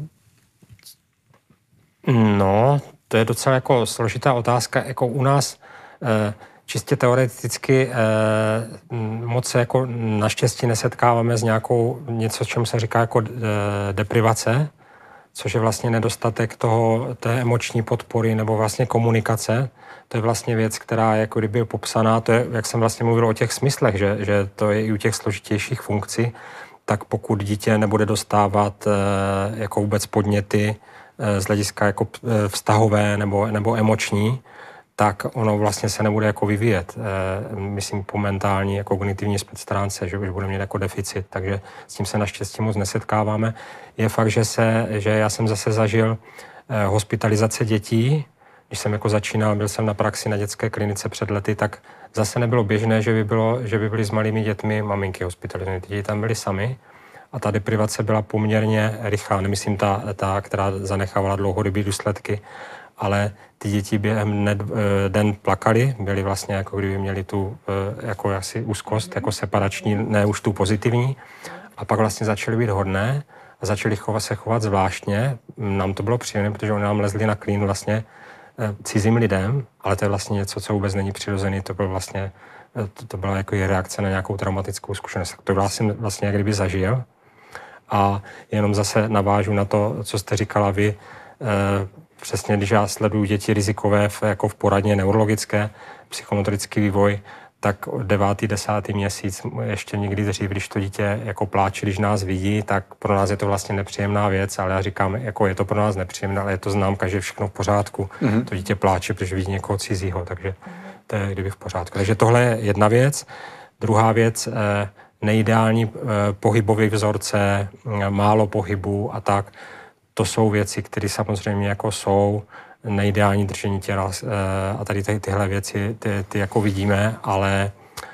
S4: No, to je docela jako složitá otázka. Jako u nás čistě teoreticky eh, moc se jako naštěstí nesetkáváme s nějakou, něco, čemu se říká jako eh, deprivace, což je vlastně nedostatek toho, té emoční podpory nebo vlastně komunikace. To je vlastně věc, která je jako kdyby popsaná, to je, jak jsem vlastně mluvil o těch smyslech, že, že to je i u těch složitějších funkcí, tak pokud dítě nebude dostávat eh, jako vůbec podněty eh, z hlediska jako vztahové nebo, nebo emoční, tak ono vlastně se nebude jako vyvíjet, e, myslím po mentální, jako kognitivní stránce, že už bude mít jako deficit, takže s tím se naštěstí moc nesetkáváme. Je fakt, že, se, že já jsem zase zažil e, hospitalizace dětí, když jsem jako začínal, byl jsem na praxi na dětské klinice před lety, tak zase nebylo běžné, že by, bylo, že by byly s malými dětmi maminky hospitalizované. Ty děti tam byly sami a ta deprivace byla poměrně rychlá, nemyslím ta, ta která zanechávala dlouhodobé důsledky, ale ty děti během ned, den plakali, byli vlastně jako kdyby měli tu jako asi úzkost, jako separační, ne už tu pozitivní. A pak vlastně začaly být hodné a začaly chovat, se chovat zvláštně. Nám to bylo příjemné, protože oni nám lezli na klín vlastně cizím lidem, ale to je vlastně něco, co vůbec není přirozený. To bylo vlastně, to, to byla jako reakce na nějakou traumatickou zkušenost. To vlastně, vlastně jak kdyby zažil. A jenom zase navážu na to, co jste říkala vy, přesně, když já sleduju děti rizikové v, jako v poradně neurologické, psychomotorický vývoj, tak devátý, desátý měsíc, ještě někdy dřív, když to dítě jako pláče, když nás vidí, tak pro nás je to vlastně nepříjemná věc, ale já říkám, jako je to pro nás nepříjemné, ale je to známka, že je všechno v pořádku. Mm-hmm. To dítě pláče, protože vidí někoho cizího, takže to je kdyby v pořádku. Takže tohle je jedna věc. Druhá věc, neideální pohybové vzorce, málo pohybu a tak. To jsou věci, které samozřejmě jako jsou neideální držení těla a tady ty, tyhle věci ty, ty jako vidíme, ale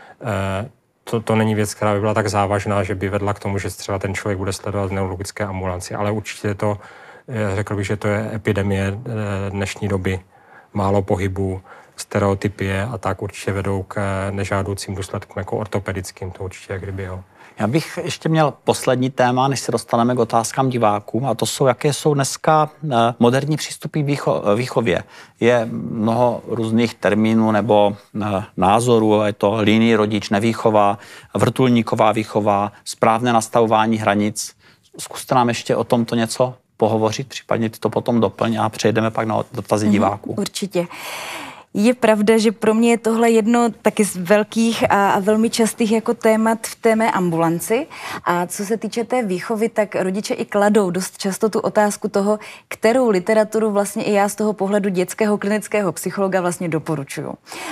S4: to, to není věc, která by byla tak závažná, že by vedla k tomu, že třeba ten člověk bude sledovat v neurologické ambulanci, ale určitě je to Řekl bych, že to je epidemie dnešní doby. Málo pohybu, stereotypie a tak určitě vedou k nežádoucím důsledkům jako ortopedickým, to určitě jak kdyby, jo.
S2: Já bych ještě měl poslední téma, než se dostaneme k otázkám diváků, a to jsou, jaké jsou dneska moderní přístupy k výcho- výchově. Je mnoho různých termínů nebo názorů, je to linii rodič, nevýchova, vrtulníková výchova, správné nastavování hranic. Zkuste nám ještě o tomto něco pohovořit, případně ty to potom doplň a přejdeme pak na dotazy diváků.
S3: Určitě. Je pravda, že pro mě je tohle jedno taky z velkých a, a velmi častých jako témat v té mé ambulanci. A co se týče té výchovy, tak rodiče i kladou dost často tu otázku toho, kterou literaturu vlastně i já z toho pohledu dětského klinického psychologa vlastně doporučuju.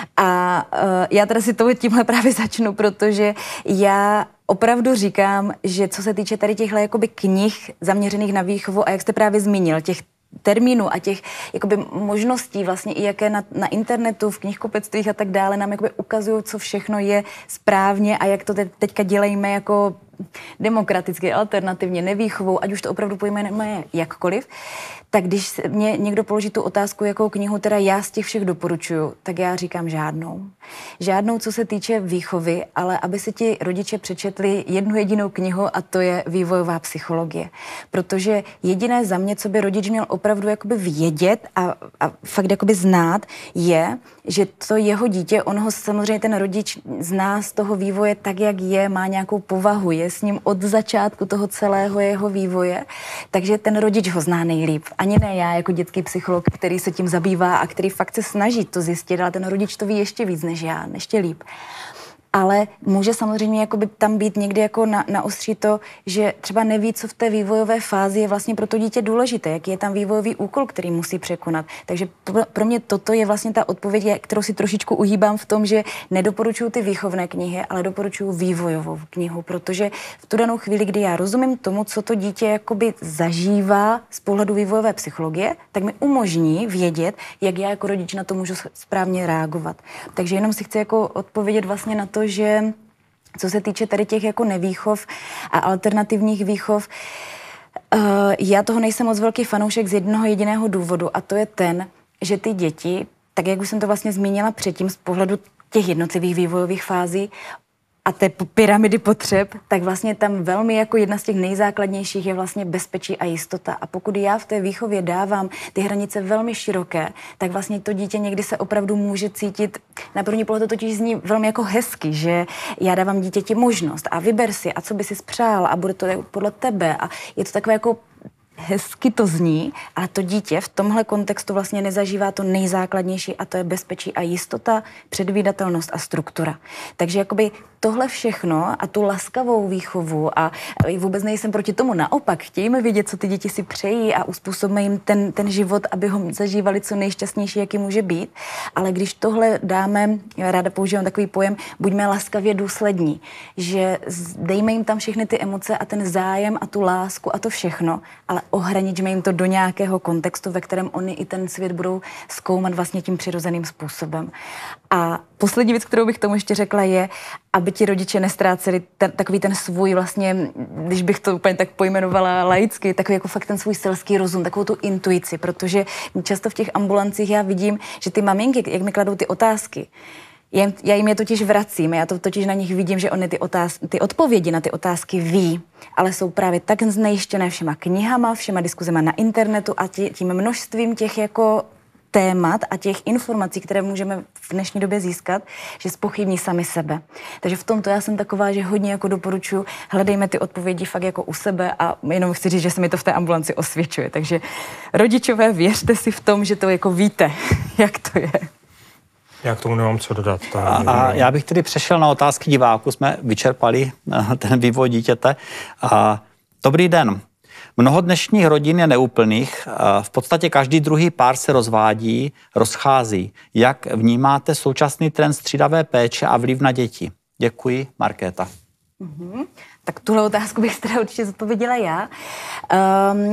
S3: A uh, já teda si toho tímhle právě začnu, protože já opravdu říkám, že co se týče tady těchto jakoby knih zaměřených na výchovu a jak jste právě zmínil, těch termínů a těch jakoby možností vlastně i jaké na, na internetu, v knihkupectvích a tak dále nám jakoby ukazují, co všechno je správně a jak to te, teďka dělejme jako demokraticky, alternativně, nevýchovou, ať už to opravdu pojmenujeme jakkoliv, tak když mě někdo položí tu otázku, jakou knihu teda já z těch všech doporučuju, tak já říkám žádnou. Žádnou, co se týče výchovy, ale aby si ti rodiče přečetli jednu jedinou knihu a to je vývojová psychologie. Protože jediné za mě, co by rodič měl opravdu jakoby vědět a, a fakt jakoby znát, je, že to jeho dítě, on ho samozřejmě ten rodič zná z toho vývoje tak, jak je, má nějakou povahu, je s ním od začátku toho celého jeho vývoje, takže ten rodič ho zná nejlíp. Ani ne já jako dětský psycholog, který se tím zabývá a který fakt se snaží to zjistit, ale ten rodič to ví ještě víc než já, ještě líp. Ale může samozřejmě jakoby tam být někdy jako na, na ostří to, že třeba neví, co v té vývojové fázi je vlastně pro to dítě důležité, jaký je tam vývojový úkol, který musí překonat. Takže pro, pro mě toto je vlastně ta odpověď, kterou si trošičku uhýbám v tom, že nedoporučuju ty výchovné knihy, ale doporučuju vývojovou knihu, protože v tu danou chvíli, kdy já rozumím tomu, co to dítě jakoby zažívá z pohledu vývojové psychologie, tak mi umožní vědět, jak já jako rodič na to můžu správně reagovat. Takže jenom si chci jako odpovědět vlastně na to, že co se týče tady těch jako nevýchov a alternativních výchov, uh, já toho nejsem moc velký fanoušek z jednoho jediného důvodu a to je ten, že ty děti, tak jak už jsem to vlastně zmínila předtím z pohledu těch jednotlivých vývojových fází a té pyramidy potřeb, tak vlastně tam velmi jako jedna z těch nejzákladnějších je vlastně bezpečí a jistota. A pokud já v té výchově dávám ty hranice velmi široké, tak vlastně to dítě někdy se opravdu může cítit, na první pohled to totiž zní velmi jako hezky, že já dávám dítěti možnost a vyber si a co by si spřál a bude to podle tebe a je to takové jako hezky to zní, ale to dítě v tomhle kontextu vlastně nezažívá to nejzákladnější a to je bezpečí a jistota, předvídatelnost a struktura. Takže jakoby tohle všechno a tu laskavou výchovu a vůbec nejsem proti tomu, naopak chtějme vědět, co ty děti si přejí a uspůsobíme jim ten, ten život, aby ho zažívali co nejšťastnější, jaký může být. Ale když tohle dáme, já ráda používám takový pojem, buďme laskavě důslední, že dejme jim tam všechny ty emoce a ten zájem a tu lásku a to všechno, ale ohraničme jim to do nějakého kontextu, ve kterém oni i ten svět budou zkoumat vlastně tím přirozeným způsobem. A poslední věc, kterou bych tomu ještě řekla, je, aby ti rodiče nestráceli ten, takový ten svůj vlastně, když bych to úplně tak pojmenovala laicky, takový jako fakt ten svůj selský rozum, takovou tu intuici, protože často v těch ambulancích já vidím, že ty maminky, jak mi kladou ty otázky, já jim je totiž vracím, já to totiž na nich vidím, že oni ty, otáz- ty odpovědi na ty otázky ví, ale jsou právě tak znejištěné všema knihama, všema diskuzema na internetu a tí, tím množstvím těch jako témat a těch informací, které můžeme v dnešní době získat, že zpochybní sami sebe. Takže v tomto já jsem taková, že hodně jako doporučuji, hledejme ty odpovědi fakt jako u sebe a jenom chci říct, že se mi to v té ambulanci osvědčuje. Takže rodičové, věřte si v tom, že to jako víte, jak to je.
S4: Já k tomu nemám co dodat. To
S2: a, a já bych tedy přešel na otázky diváků, jsme vyčerpali ten vývoj dítěte. A, dobrý den. Mnoho dnešních rodin je neúplných, v podstatě každý druhý pár se rozvádí, rozchází. Jak vnímáte současný trend střídavé péče a vliv na děti? Děkuji, Markéta.
S3: Mm-hmm. Tak tuhle otázku bych teda určitě zodpověděla já. Um,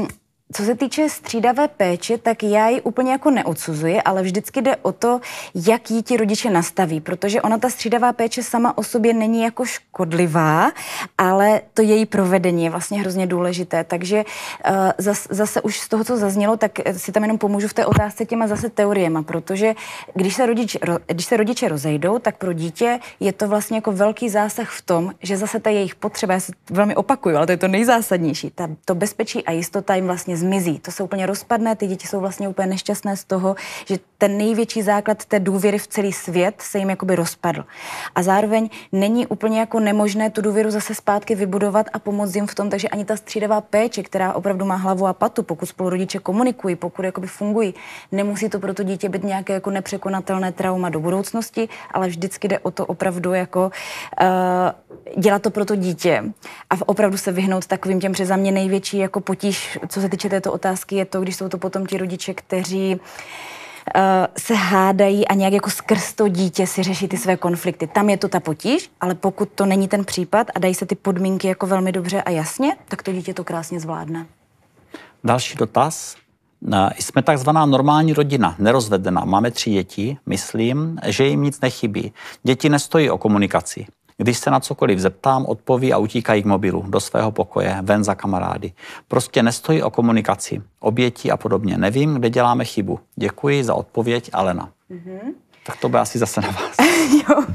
S3: Co se týče střídavé péče, tak já ji úplně jako neodsuzuji, ale vždycky jde o to, jak ji ti rodiče nastaví, protože ona ta střídavá péče sama o sobě není jako škodlivá, ale to její provedení je vlastně hrozně důležité. Takže uh, zas, zase už z toho, co zaznělo, tak si tam jenom pomůžu v té otázce těma zase teoriema, protože když se, rodič, když se rodiče rozejdou, tak pro dítě je to vlastně jako velký zásah v tom, že zase ta jejich potřeba, já se velmi opakuju, ale to je to nejzásadnější, ta, to bezpečí a jistota jim vlastně zmizí. To se úplně rozpadne, ty děti jsou vlastně úplně nešťastné z toho, že ten největší základ té důvěry v celý svět se jim jakoby rozpadl. A zároveň není úplně jako nemožné tu důvěru zase zpátky vybudovat a pomoct jim v tom, takže ani ta střídavá péče, která opravdu má hlavu a patu, pokud spolu rodiče komunikují, pokud jakoby fungují, nemusí to pro to dítě být nějaké jako nepřekonatelné trauma do budoucnosti, ale vždycky jde o to opravdu jako uh, dělat to pro to dítě a opravdu se vyhnout takovým těm, že za mě největší jako potíž, co se týče této otázky, je to, když jsou to potom ti rodiče, kteří uh, se hádají a nějak jako skrz to dítě si řeší ty své konflikty. Tam je to ta potíž, ale pokud to není ten případ a dají se ty podmínky jako velmi dobře a jasně, tak to dítě to krásně zvládne.
S2: Další dotaz. Jsme takzvaná normální rodina, nerozvedená. Máme tři děti. Myslím, že jim nic nechybí. Děti nestojí o komunikaci. Když se na cokoliv zeptám, odpoví a utíkají k mobilu, do svého pokoje, ven za kamarády. Prostě nestojí o komunikaci, oběti a podobně. Nevím, kde děláme chybu. Děkuji za odpověď, Alena. Mm-hmm. Tak to bude asi zase na vás.
S3: Jo. Uh,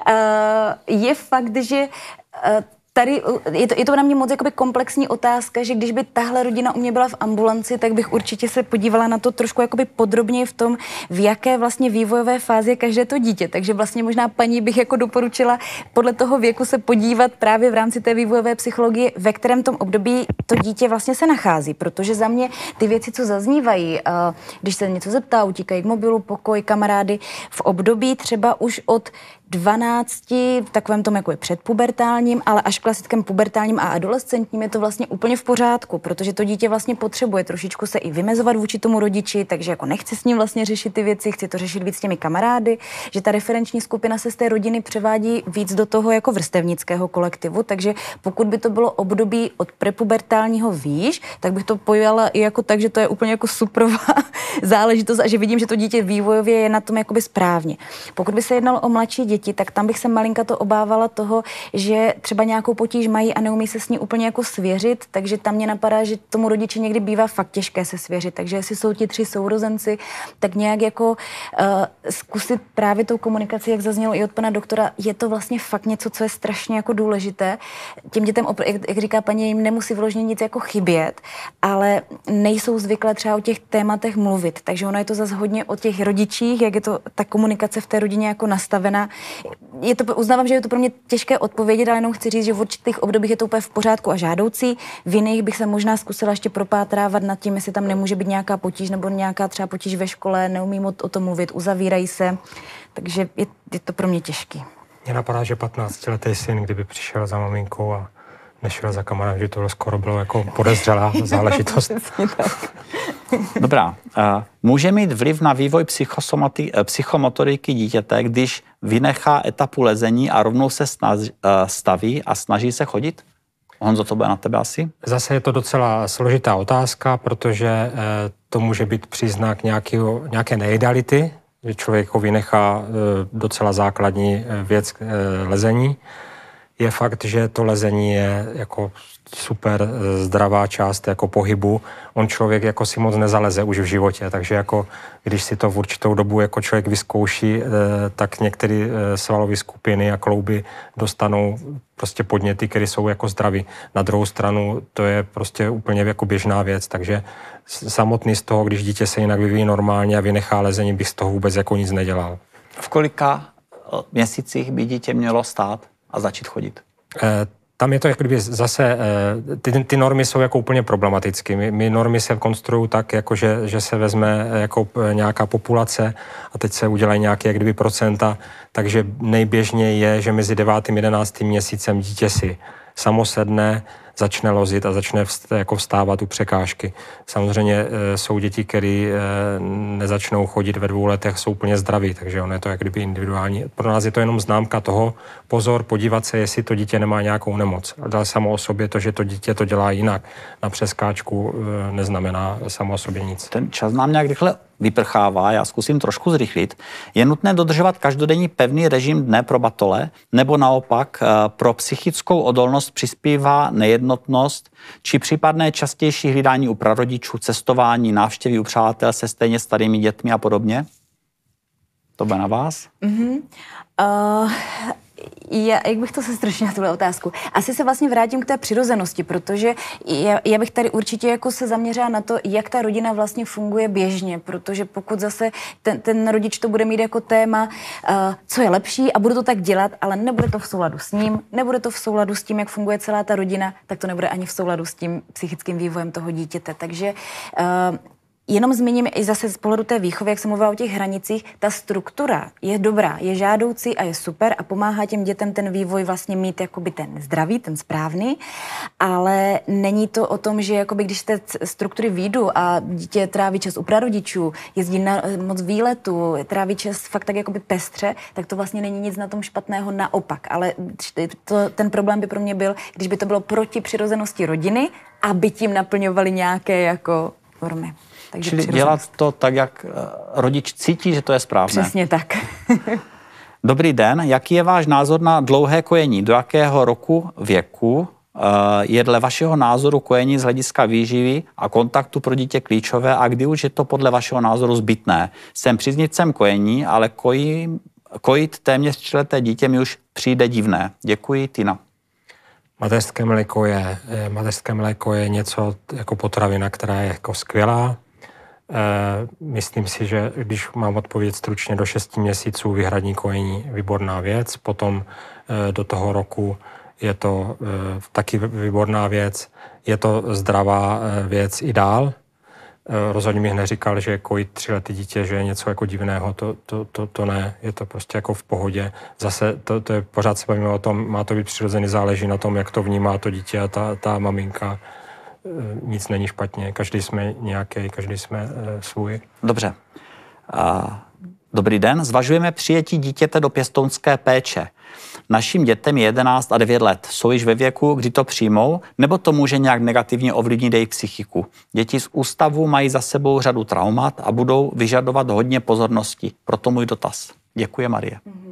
S3: je fakt, že uh, tady je to, je to na mě moc jakoby komplexní otázka, že když by tahle rodina u mě byla v ambulanci, tak bych určitě se podívala na to trošku jakoby podrobněji v tom, v jaké vlastně vývojové fázi je každé to dítě. Takže vlastně možná paní bych jako doporučila podle toho věku se podívat právě v rámci té vývojové psychologie, ve kterém tom období to dítě vlastně se nachází. Protože za mě ty věci, co zaznívají, když se něco zeptá, utíkají k mobilu, pokoj, kamarády, v období třeba už od dvanácti, v takovém tom jako je předpubertálním, ale až klasickém pubertálním a adolescentním je to vlastně úplně v pořádku, protože to dítě vlastně potřebuje trošičku se i vymezovat vůči tomu rodiči, takže jako nechci s ním vlastně řešit ty věci, chci to řešit víc s těmi kamarády, že ta referenční skupina se z té rodiny převádí víc do toho jako vrstevnického kolektivu, takže pokud by to bylo období od prepubertálního výš, tak bych to pojala i jako tak, že to je úplně jako suprová záležitost a že vidím, že to dítě vývojově je na tom jakoby správně. Pokud by se jednalo o mladší děti, tak tam bych se malinka to obávala toho, že třeba nějakou potíž mají a neumí se s ní úplně jako svěřit, takže tam mě napadá, že tomu rodiči někdy bývá fakt těžké se svěřit, takže jestli jsou ti tři sourozenci, tak nějak jako uh, zkusit právě tou komunikaci, jak zaznělo i od pana doktora, je to vlastně fakt něco, co je strašně jako důležité. Těm dětem, jak, jak říká paní, jim nemusí vložně nic jako chybět, ale nejsou zvyklé třeba o těch tématech mluvit, takže ono je to zase hodně o těch rodičích, jak je to ta komunikace v té rodině jako nastavená. Je to, uznávám, že je to pro mě těžké odpovědět, ale jenom chci říct, že v určitých obdobích je to úplně v pořádku a žádoucí. V jiných bych se možná zkusila ještě propátrávat nad tím, jestli tam nemůže být nějaká potíž nebo nějaká třeba potíž ve škole, neumím o, o tom mluvit, uzavírají se, takže je, je to pro mě těžký.
S4: Mně napadá, že patnáctiletý syn, kdyby přišel za maminkou a nešel za kamarádem, že to skoro bylo jako podezřelá záležitost.
S2: Dobrá. Může mít vliv na vývoj psychomotoriky dítěte, když vynechá etapu lezení a rovnou se snaží, staví a snaží se chodit? Honzo, to bude na tebe asi?
S4: Zase je to docela složitá otázka, protože to může být příznak nějakého, nějaké neideality, že člověk ho vynechá docela základní věc lezení. Je fakt, že to lezení je jako super zdravá část jako pohybu. On člověk jako si moc nezaleze už v životě, takže jako když si to v určitou dobu jako člověk vyzkouší, tak některé svalové skupiny a klouby dostanou prostě podněty, které jsou jako zdraví. Na druhou stranu to je prostě úplně jako běžná věc, takže samotný z toho, když dítě se jinak vyvíjí normálně a vynechá lezení, bych z toho vůbec jako nic nedělal.
S2: V kolika měsících by dítě mělo stát a začít chodit?
S4: Eh, tam je to jako kdyby zase, eh, ty, ty normy jsou jako úplně problematické. My, my normy se konstruují tak, jako že, že se vezme jako nějaká populace a teď se udělají nějaké jak kdyby procenta, takže nejběžněji je, že mezi devátým a jedenáctým měsícem dítě si samo sedne, začne lozit a začne vst, jako vstávat u překážky. Samozřejmě e, jsou děti, které e, nezačnou chodit ve dvou letech, jsou úplně zdraví, takže ono je to jak kdyby individuální. Pro nás je to jenom známka toho, pozor, podívat se, jestli to dítě nemá nějakou nemoc. Ale samo o sobě to, že to dítě to dělá jinak na přeskáčku, e, neznamená samo o sobě nic.
S2: Ten čas nám nějak rychle vyprchává, já zkusím trošku zrychlit. Je nutné dodržovat každodenní pevný režim dne pro batole, nebo naopak pro psychickou odolnost přispívá nejednotnost či případné častější hlídání u prarodičů, cestování, návštěvy u přátel se stejně starými dětmi a podobně? To bude na vás?
S3: Mm-hmm. Uh... Já, jak bych to se strašně na tuhle otázku? Asi se vlastně vrátím k té přirozenosti, protože já, já bych tady určitě jako se zaměřila na to, jak ta rodina vlastně funguje běžně, protože pokud zase ten, ten rodič to bude mít jako téma, uh, co je lepší a bude to tak dělat, ale nebude to v souladu s ním, nebude to v souladu s tím, jak funguje celá ta rodina, tak to nebude ani v souladu s tím psychickým vývojem toho dítěte. Takže uh, jenom zmíním i zase z pohledu té výchovy, jak jsem mluvila o těch hranicích, ta struktura je dobrá, je žádoucí a je super a pomáhá těm dětem ten vývoj vlastně mít jakoby ten zdravý, ten správný, ale není to o tom, že jakoby když z té struktury výjdu a dítě tráví čas u prarodičů, jezdí na moc výletu, tráví čas fakt tak jakoby pestře, tak to vlastně není nic na tom špatného, naopak, ale to, ten problém by pro mě byl, když by to bylo proti přirozenosti rodiny, aby tím naplňovali nějaké jako formy. Takže
S2: čili dělat to tak, jak rodič cítí, že to je správné.
S3: Přesně tak.
S2: Dobrý den, jaký je váš názor na dlouhé kojení? Do jakého roku věku je dle vašeho názoru kojení z hlediska výživy a kontaktu pro dítě klíčové a kdy už je to podle vašeho názoru zbytné? Jsem příznivcem kojení, ale kojím, kojit téměř čtyřleté dítě mi už přijde divné. Děkuji, Tina.
S4: Mateřské mléko je, mateřské mléko je něco jako potravina, která je jako skvělá. E, myslím si, že když mám odpovědět stručně, do šesti měsíců vyhradní kojení výborná věc, potom e, do toho roku je to e, taky výborná věc, je to zdravá e, věc i dál. E, rozhodně bych neříkal, že kojit třiletý dítě, že je něco jako divného, to, to, to, to ne, je to prostě jako v pohodě. Zase to, to je, pořád se bavíme o tom, má to být přirozený, záleží na tom, jak to vnímá to dítě a ta, ta maminka. Nic není špatně, každý jsme nějaký, každý jsme e, svůj.
S2: Dobře. Uh, dobrý den, zvažujeme přijetí dítěte do pěstounské péče. Naším dětem je jedenáct a devět let. Jsou již ve věku, kdy to přijmou, nebo to může nějak negativně ovlivnit jejich psychiku. Děti z ústavu mají za sebou řadu traumat a budou vyžadovat hodně pozornosti. Proto můj dotaz. Děkuji, Marie. Mm-hmm.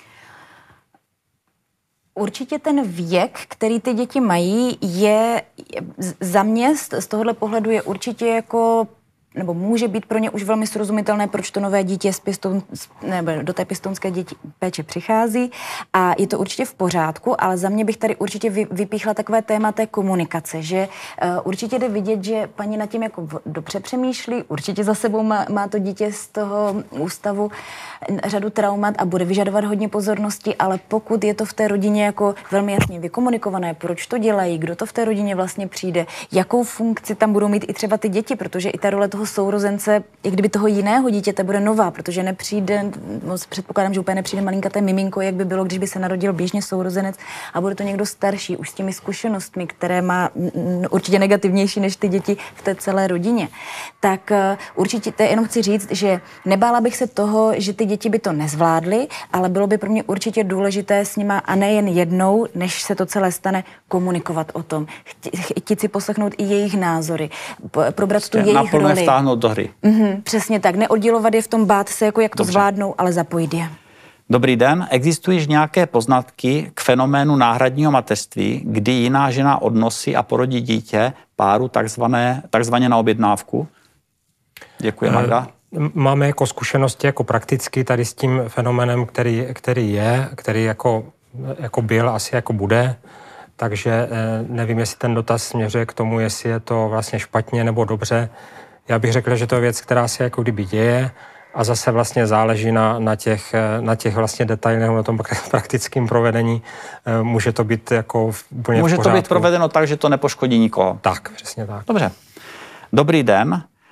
S3: Určitě ten věk, který ty děti mají, je za mě z tohohle pohledu je určitě jako, nebo může být pro ně už velmi srozumitelné, proč to nové dítě z pěstoun, nebo do té pěstounské děti péče přichází a je to určitě v pořádku, ale za mě bych tady určitě vy, vypíchla takové téma té komunikace, že uh, určitě jde vidět, že paní nad tím jako dobře přemýšlí, určitě za sebou má, má to dítě z toho ústavu řadu traumat a bude vyžadovat hodně pozornosti, ale pokud je to v té rodině jako velmi jasně vykomunikované, proč to dělají, kdo to v té rodině vlastně přijde, jakou funkci tam budou mít i třeba ty děti, protože i ta role toho sourozence, jak kdyby toho jiného dítěte bude nová, protože nepřijde, no, předpokládám, že úplně nepřijde malinkaté miminko, jak by bylo, když by se narodil běžně sourozenec a bude to někdo starší, už s těmi zkušenostmi, které má určitě negativnější než ty děti v té celé rodině. Tak uh, určitě, to jenom chci říct, že nebála bych se toho, že ty děti by to nezvládly, ale bylo by pro mě určitě důležité s nima a nejen jednou, než se to celé stane, komunikovat o tom. Chtít si poslechnout i jejich názory, probrat tu jejich roli.
S2: Do hry.
S3: Mm-hmm, přesně tak. Neoddělovat je v tom, bát se, jako jak to Dobře. zvládnou, ale zapojit je.
S2: Dobrý den. Existují již nějaké poznatky k fenoménu náhradního mateřství, kdy jiná žena odnosí a porodí dítě páru takzvané, takzvaně na objednávku? Děkuji, Magda.
S4: Máme jako zkušenosti jako prakticky tady s tím fenoménem, který, který je, který jako, jako byl, asi jako bude. Takže nevím, jestli ten dotaz směřuje k tomu, jestli je to vlastně špatně nebo dobře. Já bych řekl, že to je věc, která se jako kdyby děje a zase vlastně záleží na, na, těch, na těch vlastně detailech, na tom praktickém provedení. Může to být jako úplně
S2: Může
S4: v pořádku.
S2: to být provedeno tak, že to nepoškodí nikoho.
S4: Tak, přesně tak.
S2: Dobře. Dobrý den.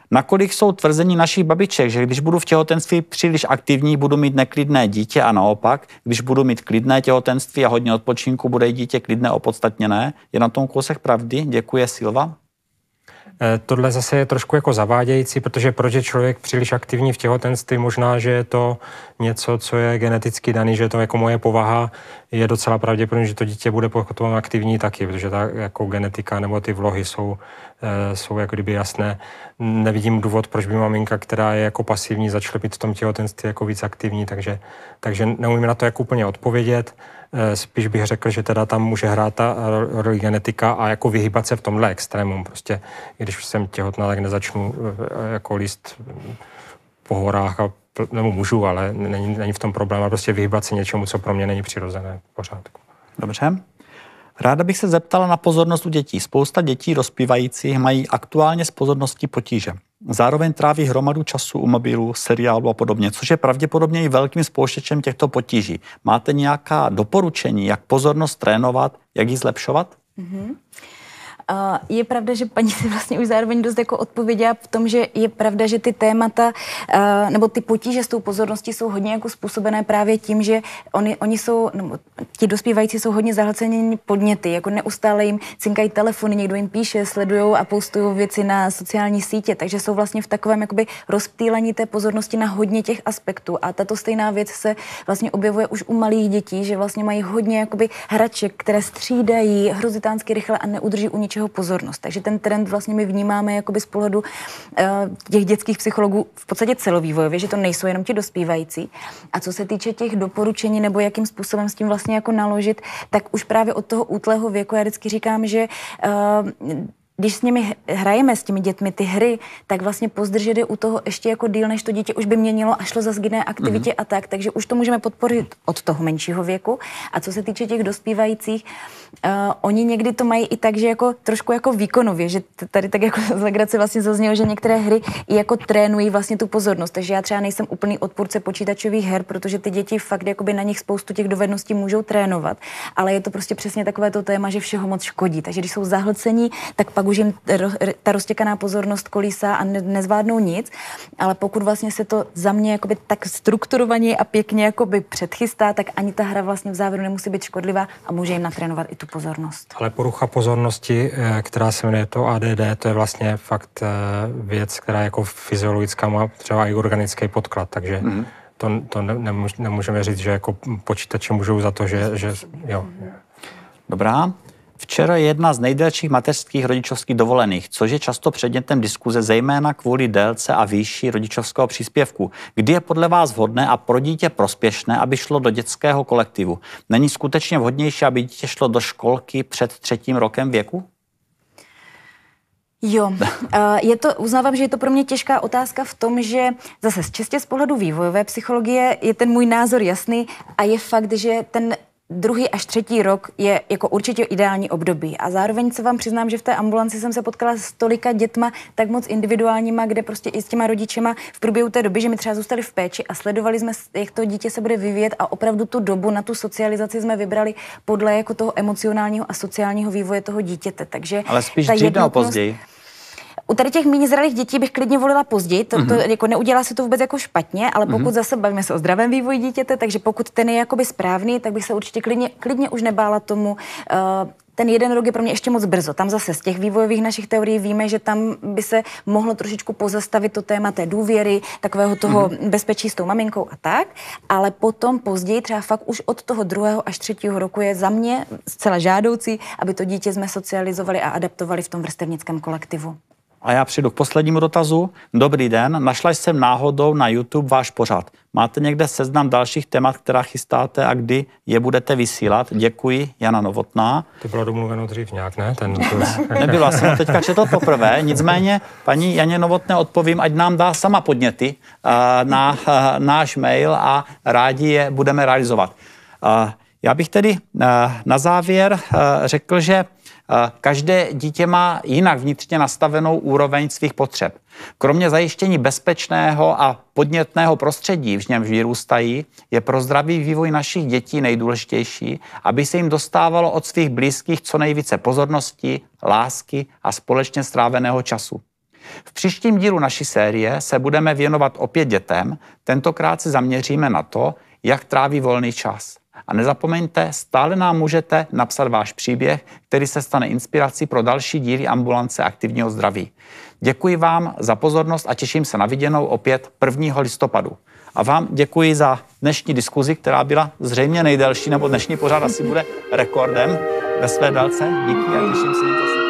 S2: Nakolik jsou tvrzení našich babiček, že když budu v těhotenství příliš aktivní, budu mít neklidné dítě a naopak, když budu mít klidné těhotenství a hodně odpočinku, bude i dítě klidné, opodstatněné. Je na tom kousek pravdy? Děkuje Silva.
S4: Tohle zase je trošku jako zavádějící, protože proč je člověk příliš aktivní v těhotenství, možná, že je to něco, co je geneticky daný, že je to jako moje povaha, je docela pravděpodobné, že to dítě bude potom aktivní taky, protože ta jako genetika nebo ty vlohy jsou, jsou jako kdyby jasné. Nevidím důvod, proč by maminka, která je jako pasivní, začala být v tom těhotenství jako víc aktivní, takže, takže neumím na to jako úplně odpovědět. Spíš bych řekl, že teda tam může hrát ta roli genetika a jako vyhýbat se v tomhle extrému. Prostě, když jsem těhotná, tak nezačnu jako líst po horách, a, nebo můžu, ale není, není v tom problém. A prostě vyhýbat se něčemu, co pro mě není přirozené v pořádku.
S2: Dobře. Ráda bych se zeptala na pozornost u dětí. Spousta dětí dospívajících mají aktuálně s pozorností potíže. Zároveň tráví hromadu času u mobilu, seriálu a podobně, což je pravděpodobně i velkým spouštěčem těchto potíží. Máte nějaká doporučení, jak pozornost trénovat, jak ji zlepšovat?
S3: Mm-hmm. Uh, je pravda, že paní si vlastně už zároveň dost jako odpověděla v tom, že je pravda, že ty témata uh, nebo ty potíže s tou pozorností jsou hodně jako způsobené právě tím, že oni, oni jsou, nebo ti dospívající jsou hodně zahlceni podněty, jako neustále jim cinkají telefony, někdo jim píše, sledujou a postují věci na sociální sítě, takže jsou vlastně v takovém jakoby rozptýlení té pozornosti na hodně těch aspektů a tato stejná věc se vlastně objevuje už u malých dětí, že vlastně mají hodně jakoby hraček, které střídají hrozitánsky rychle a neudrží u ničeho pozornost. Takže ten trend vlastně my vnímáme jakoby z pohledu uh, těch dětských psychologů v podstatě celovývojově, že to nejsou jenom ti dospívající. A co se týče těch doporučení nebo jakým způsobem s tím vlastně jako naložit, tak už právě od toho útlého věku já vždycky říkám, že uh, když s nimi hrajeme, s těmi dětmi ty hry, tak vlastně pozdržet je u toho ještě jako díl, než to dítě už by měnilo a šlo za jiné aktivitě mm-hmm. a tak. Takže už to můžeme podporit od toho menšího věku. A co se týče těch dospívajících, uh, oni někdy to mají i tak, že jako trošku jako výkonově, že tady tak jako z legrace vlastně zaznělo, že některé hry i jako trénují vlastně tu pozornost. Takže já třeba nejsem úplný odpůrce počítačových her, protože ty děti fakt jakoby na nich spoustu těch dovedností můžou trénovat. Ale je to prostě přesně takové to téma, že všeho moc škodí. Takže když jsou zahlcení, tak pak už jim ta roztěkaná pozornost kolísá a ne, nezvládnou nic, ale pokud vlastně se to za mě jakoby tak strukturovaně a pěkně jakoby předchystá, tak ani ta hra vlastně v závěru nemusí být škodlivá a může jim natrénovat i tu pozornost.
S4: Ale porucha pozornosti, která se jmenuje to A D D, to je vlastně fakt věc, která jako fyziologická má třeba i organický podklad, takže mm. to, to ne, nemůžeme říct, že jako počítače můžou za to, že, že jo.
S2: Dobrá. Včera je jedna z nejdelších mateřských rodičovských dovolených, což je často předmětem diskuze, zejména kvůli délce a výši rodičovského příspěvku. Kdy je podle vás vhodné a pro dítě prospěšné, aby šlo do dětského kolektivu? Není skutečně vhodnější, aby dítě šlo do školky před třetím rokem věku?
S3: Jo, je to, uznávám, že je to pro mě těžká otázka v tom, že zase čistě z pohledu vývojové psychologie je ten můj názor jasný a je fakt, že ten druhý až třetí rok je jako určitě ideální období. A zároveň se vám přiznám, že v té ambulanci jsem se potkala s tolika dětma, tak moc individuálníma, kde prostě i s těma rodičema v průběhu té doby, že mi třeba zůstali v péči a sledovali jsme, jak to dítě se bude vyvíjet a opravdu tu dobu na tu socializaci jsme vybrali podle jako toho emocionálního a sociálního vývoje toho dítěte. Takže
S2: ale spíš dřív nebo později?
S3: U tady těch méně zralých dětí bych klidně volila později, to, to jako neudělá se to vůbec jako špatně, ale pokud mm-hmm. zase bavíme se o zdravém vývoji dítěte, takže pokud ten je jakoby správný, tak bych se určitě klidně, klidně už nebála tomu. Uh, ten jeden rok je pro mě ještě moc brzo. Tam zase z těch vývojových našich teorií víme, že tam by se mohlo trošičku pozastavit to téma té důvěry, takového toho mm-hmm. bezpečí s tou maminkou a tak, ale potom později třeba fakt už od toho druhého až třetího roku je za mě zcela žádoucí, aby to dítě jsme socializovali a adaptovali v tom vrstevnickém kolektivu.
S2: A já přijdu k poslednímu dotazu. Dobrý den, našla jsem náhodou na YouTube váš pořad. Máte někde seznam dalších témat, která chystáte a kdy je budete vysílat? Děkuji, Jana Novotná.
S4: To bylo domluveno dřív nějak, ne? Ten
S2: Nebyla jsem teďka četl poprvé, nicméně paní Janě Novotné odpovím, ať nám dá sama podněty uh, na uh, náš mail a rádi je budeme realizovat. Uh, já bych tedy uh, na závěr uh, řekl, že každé dítě má jinak vnitřně nastavenou úroveň svých potřeb. Kromě zajištění bezpečného a podnětného prostředí, v němž vyrůstají, je pro zdravý vývoj našich dětí nejdůležitější, aby se jim dostávalo od svých blízkých co nejvíce pozornosti, lásky a společně stráveného času. V příštím dílu naší série se budeme věnovat opět dětem, tentokrát se zaměříme na to, jak tráví volný čas. A nezapomeňte, stále nám můžete napsat váš příběh, který se stane inspirací pro další díly Ambulance aktivního zdraví. Děkuji vám za pozornost a těším se na viděnou opět prvního listopadu. A vám děkuji za dnešní diskuzi, která byla zřejmě nejdelší, nebo dnešní pořad asi bude rekordem ve své délce. Díky a těším se na to.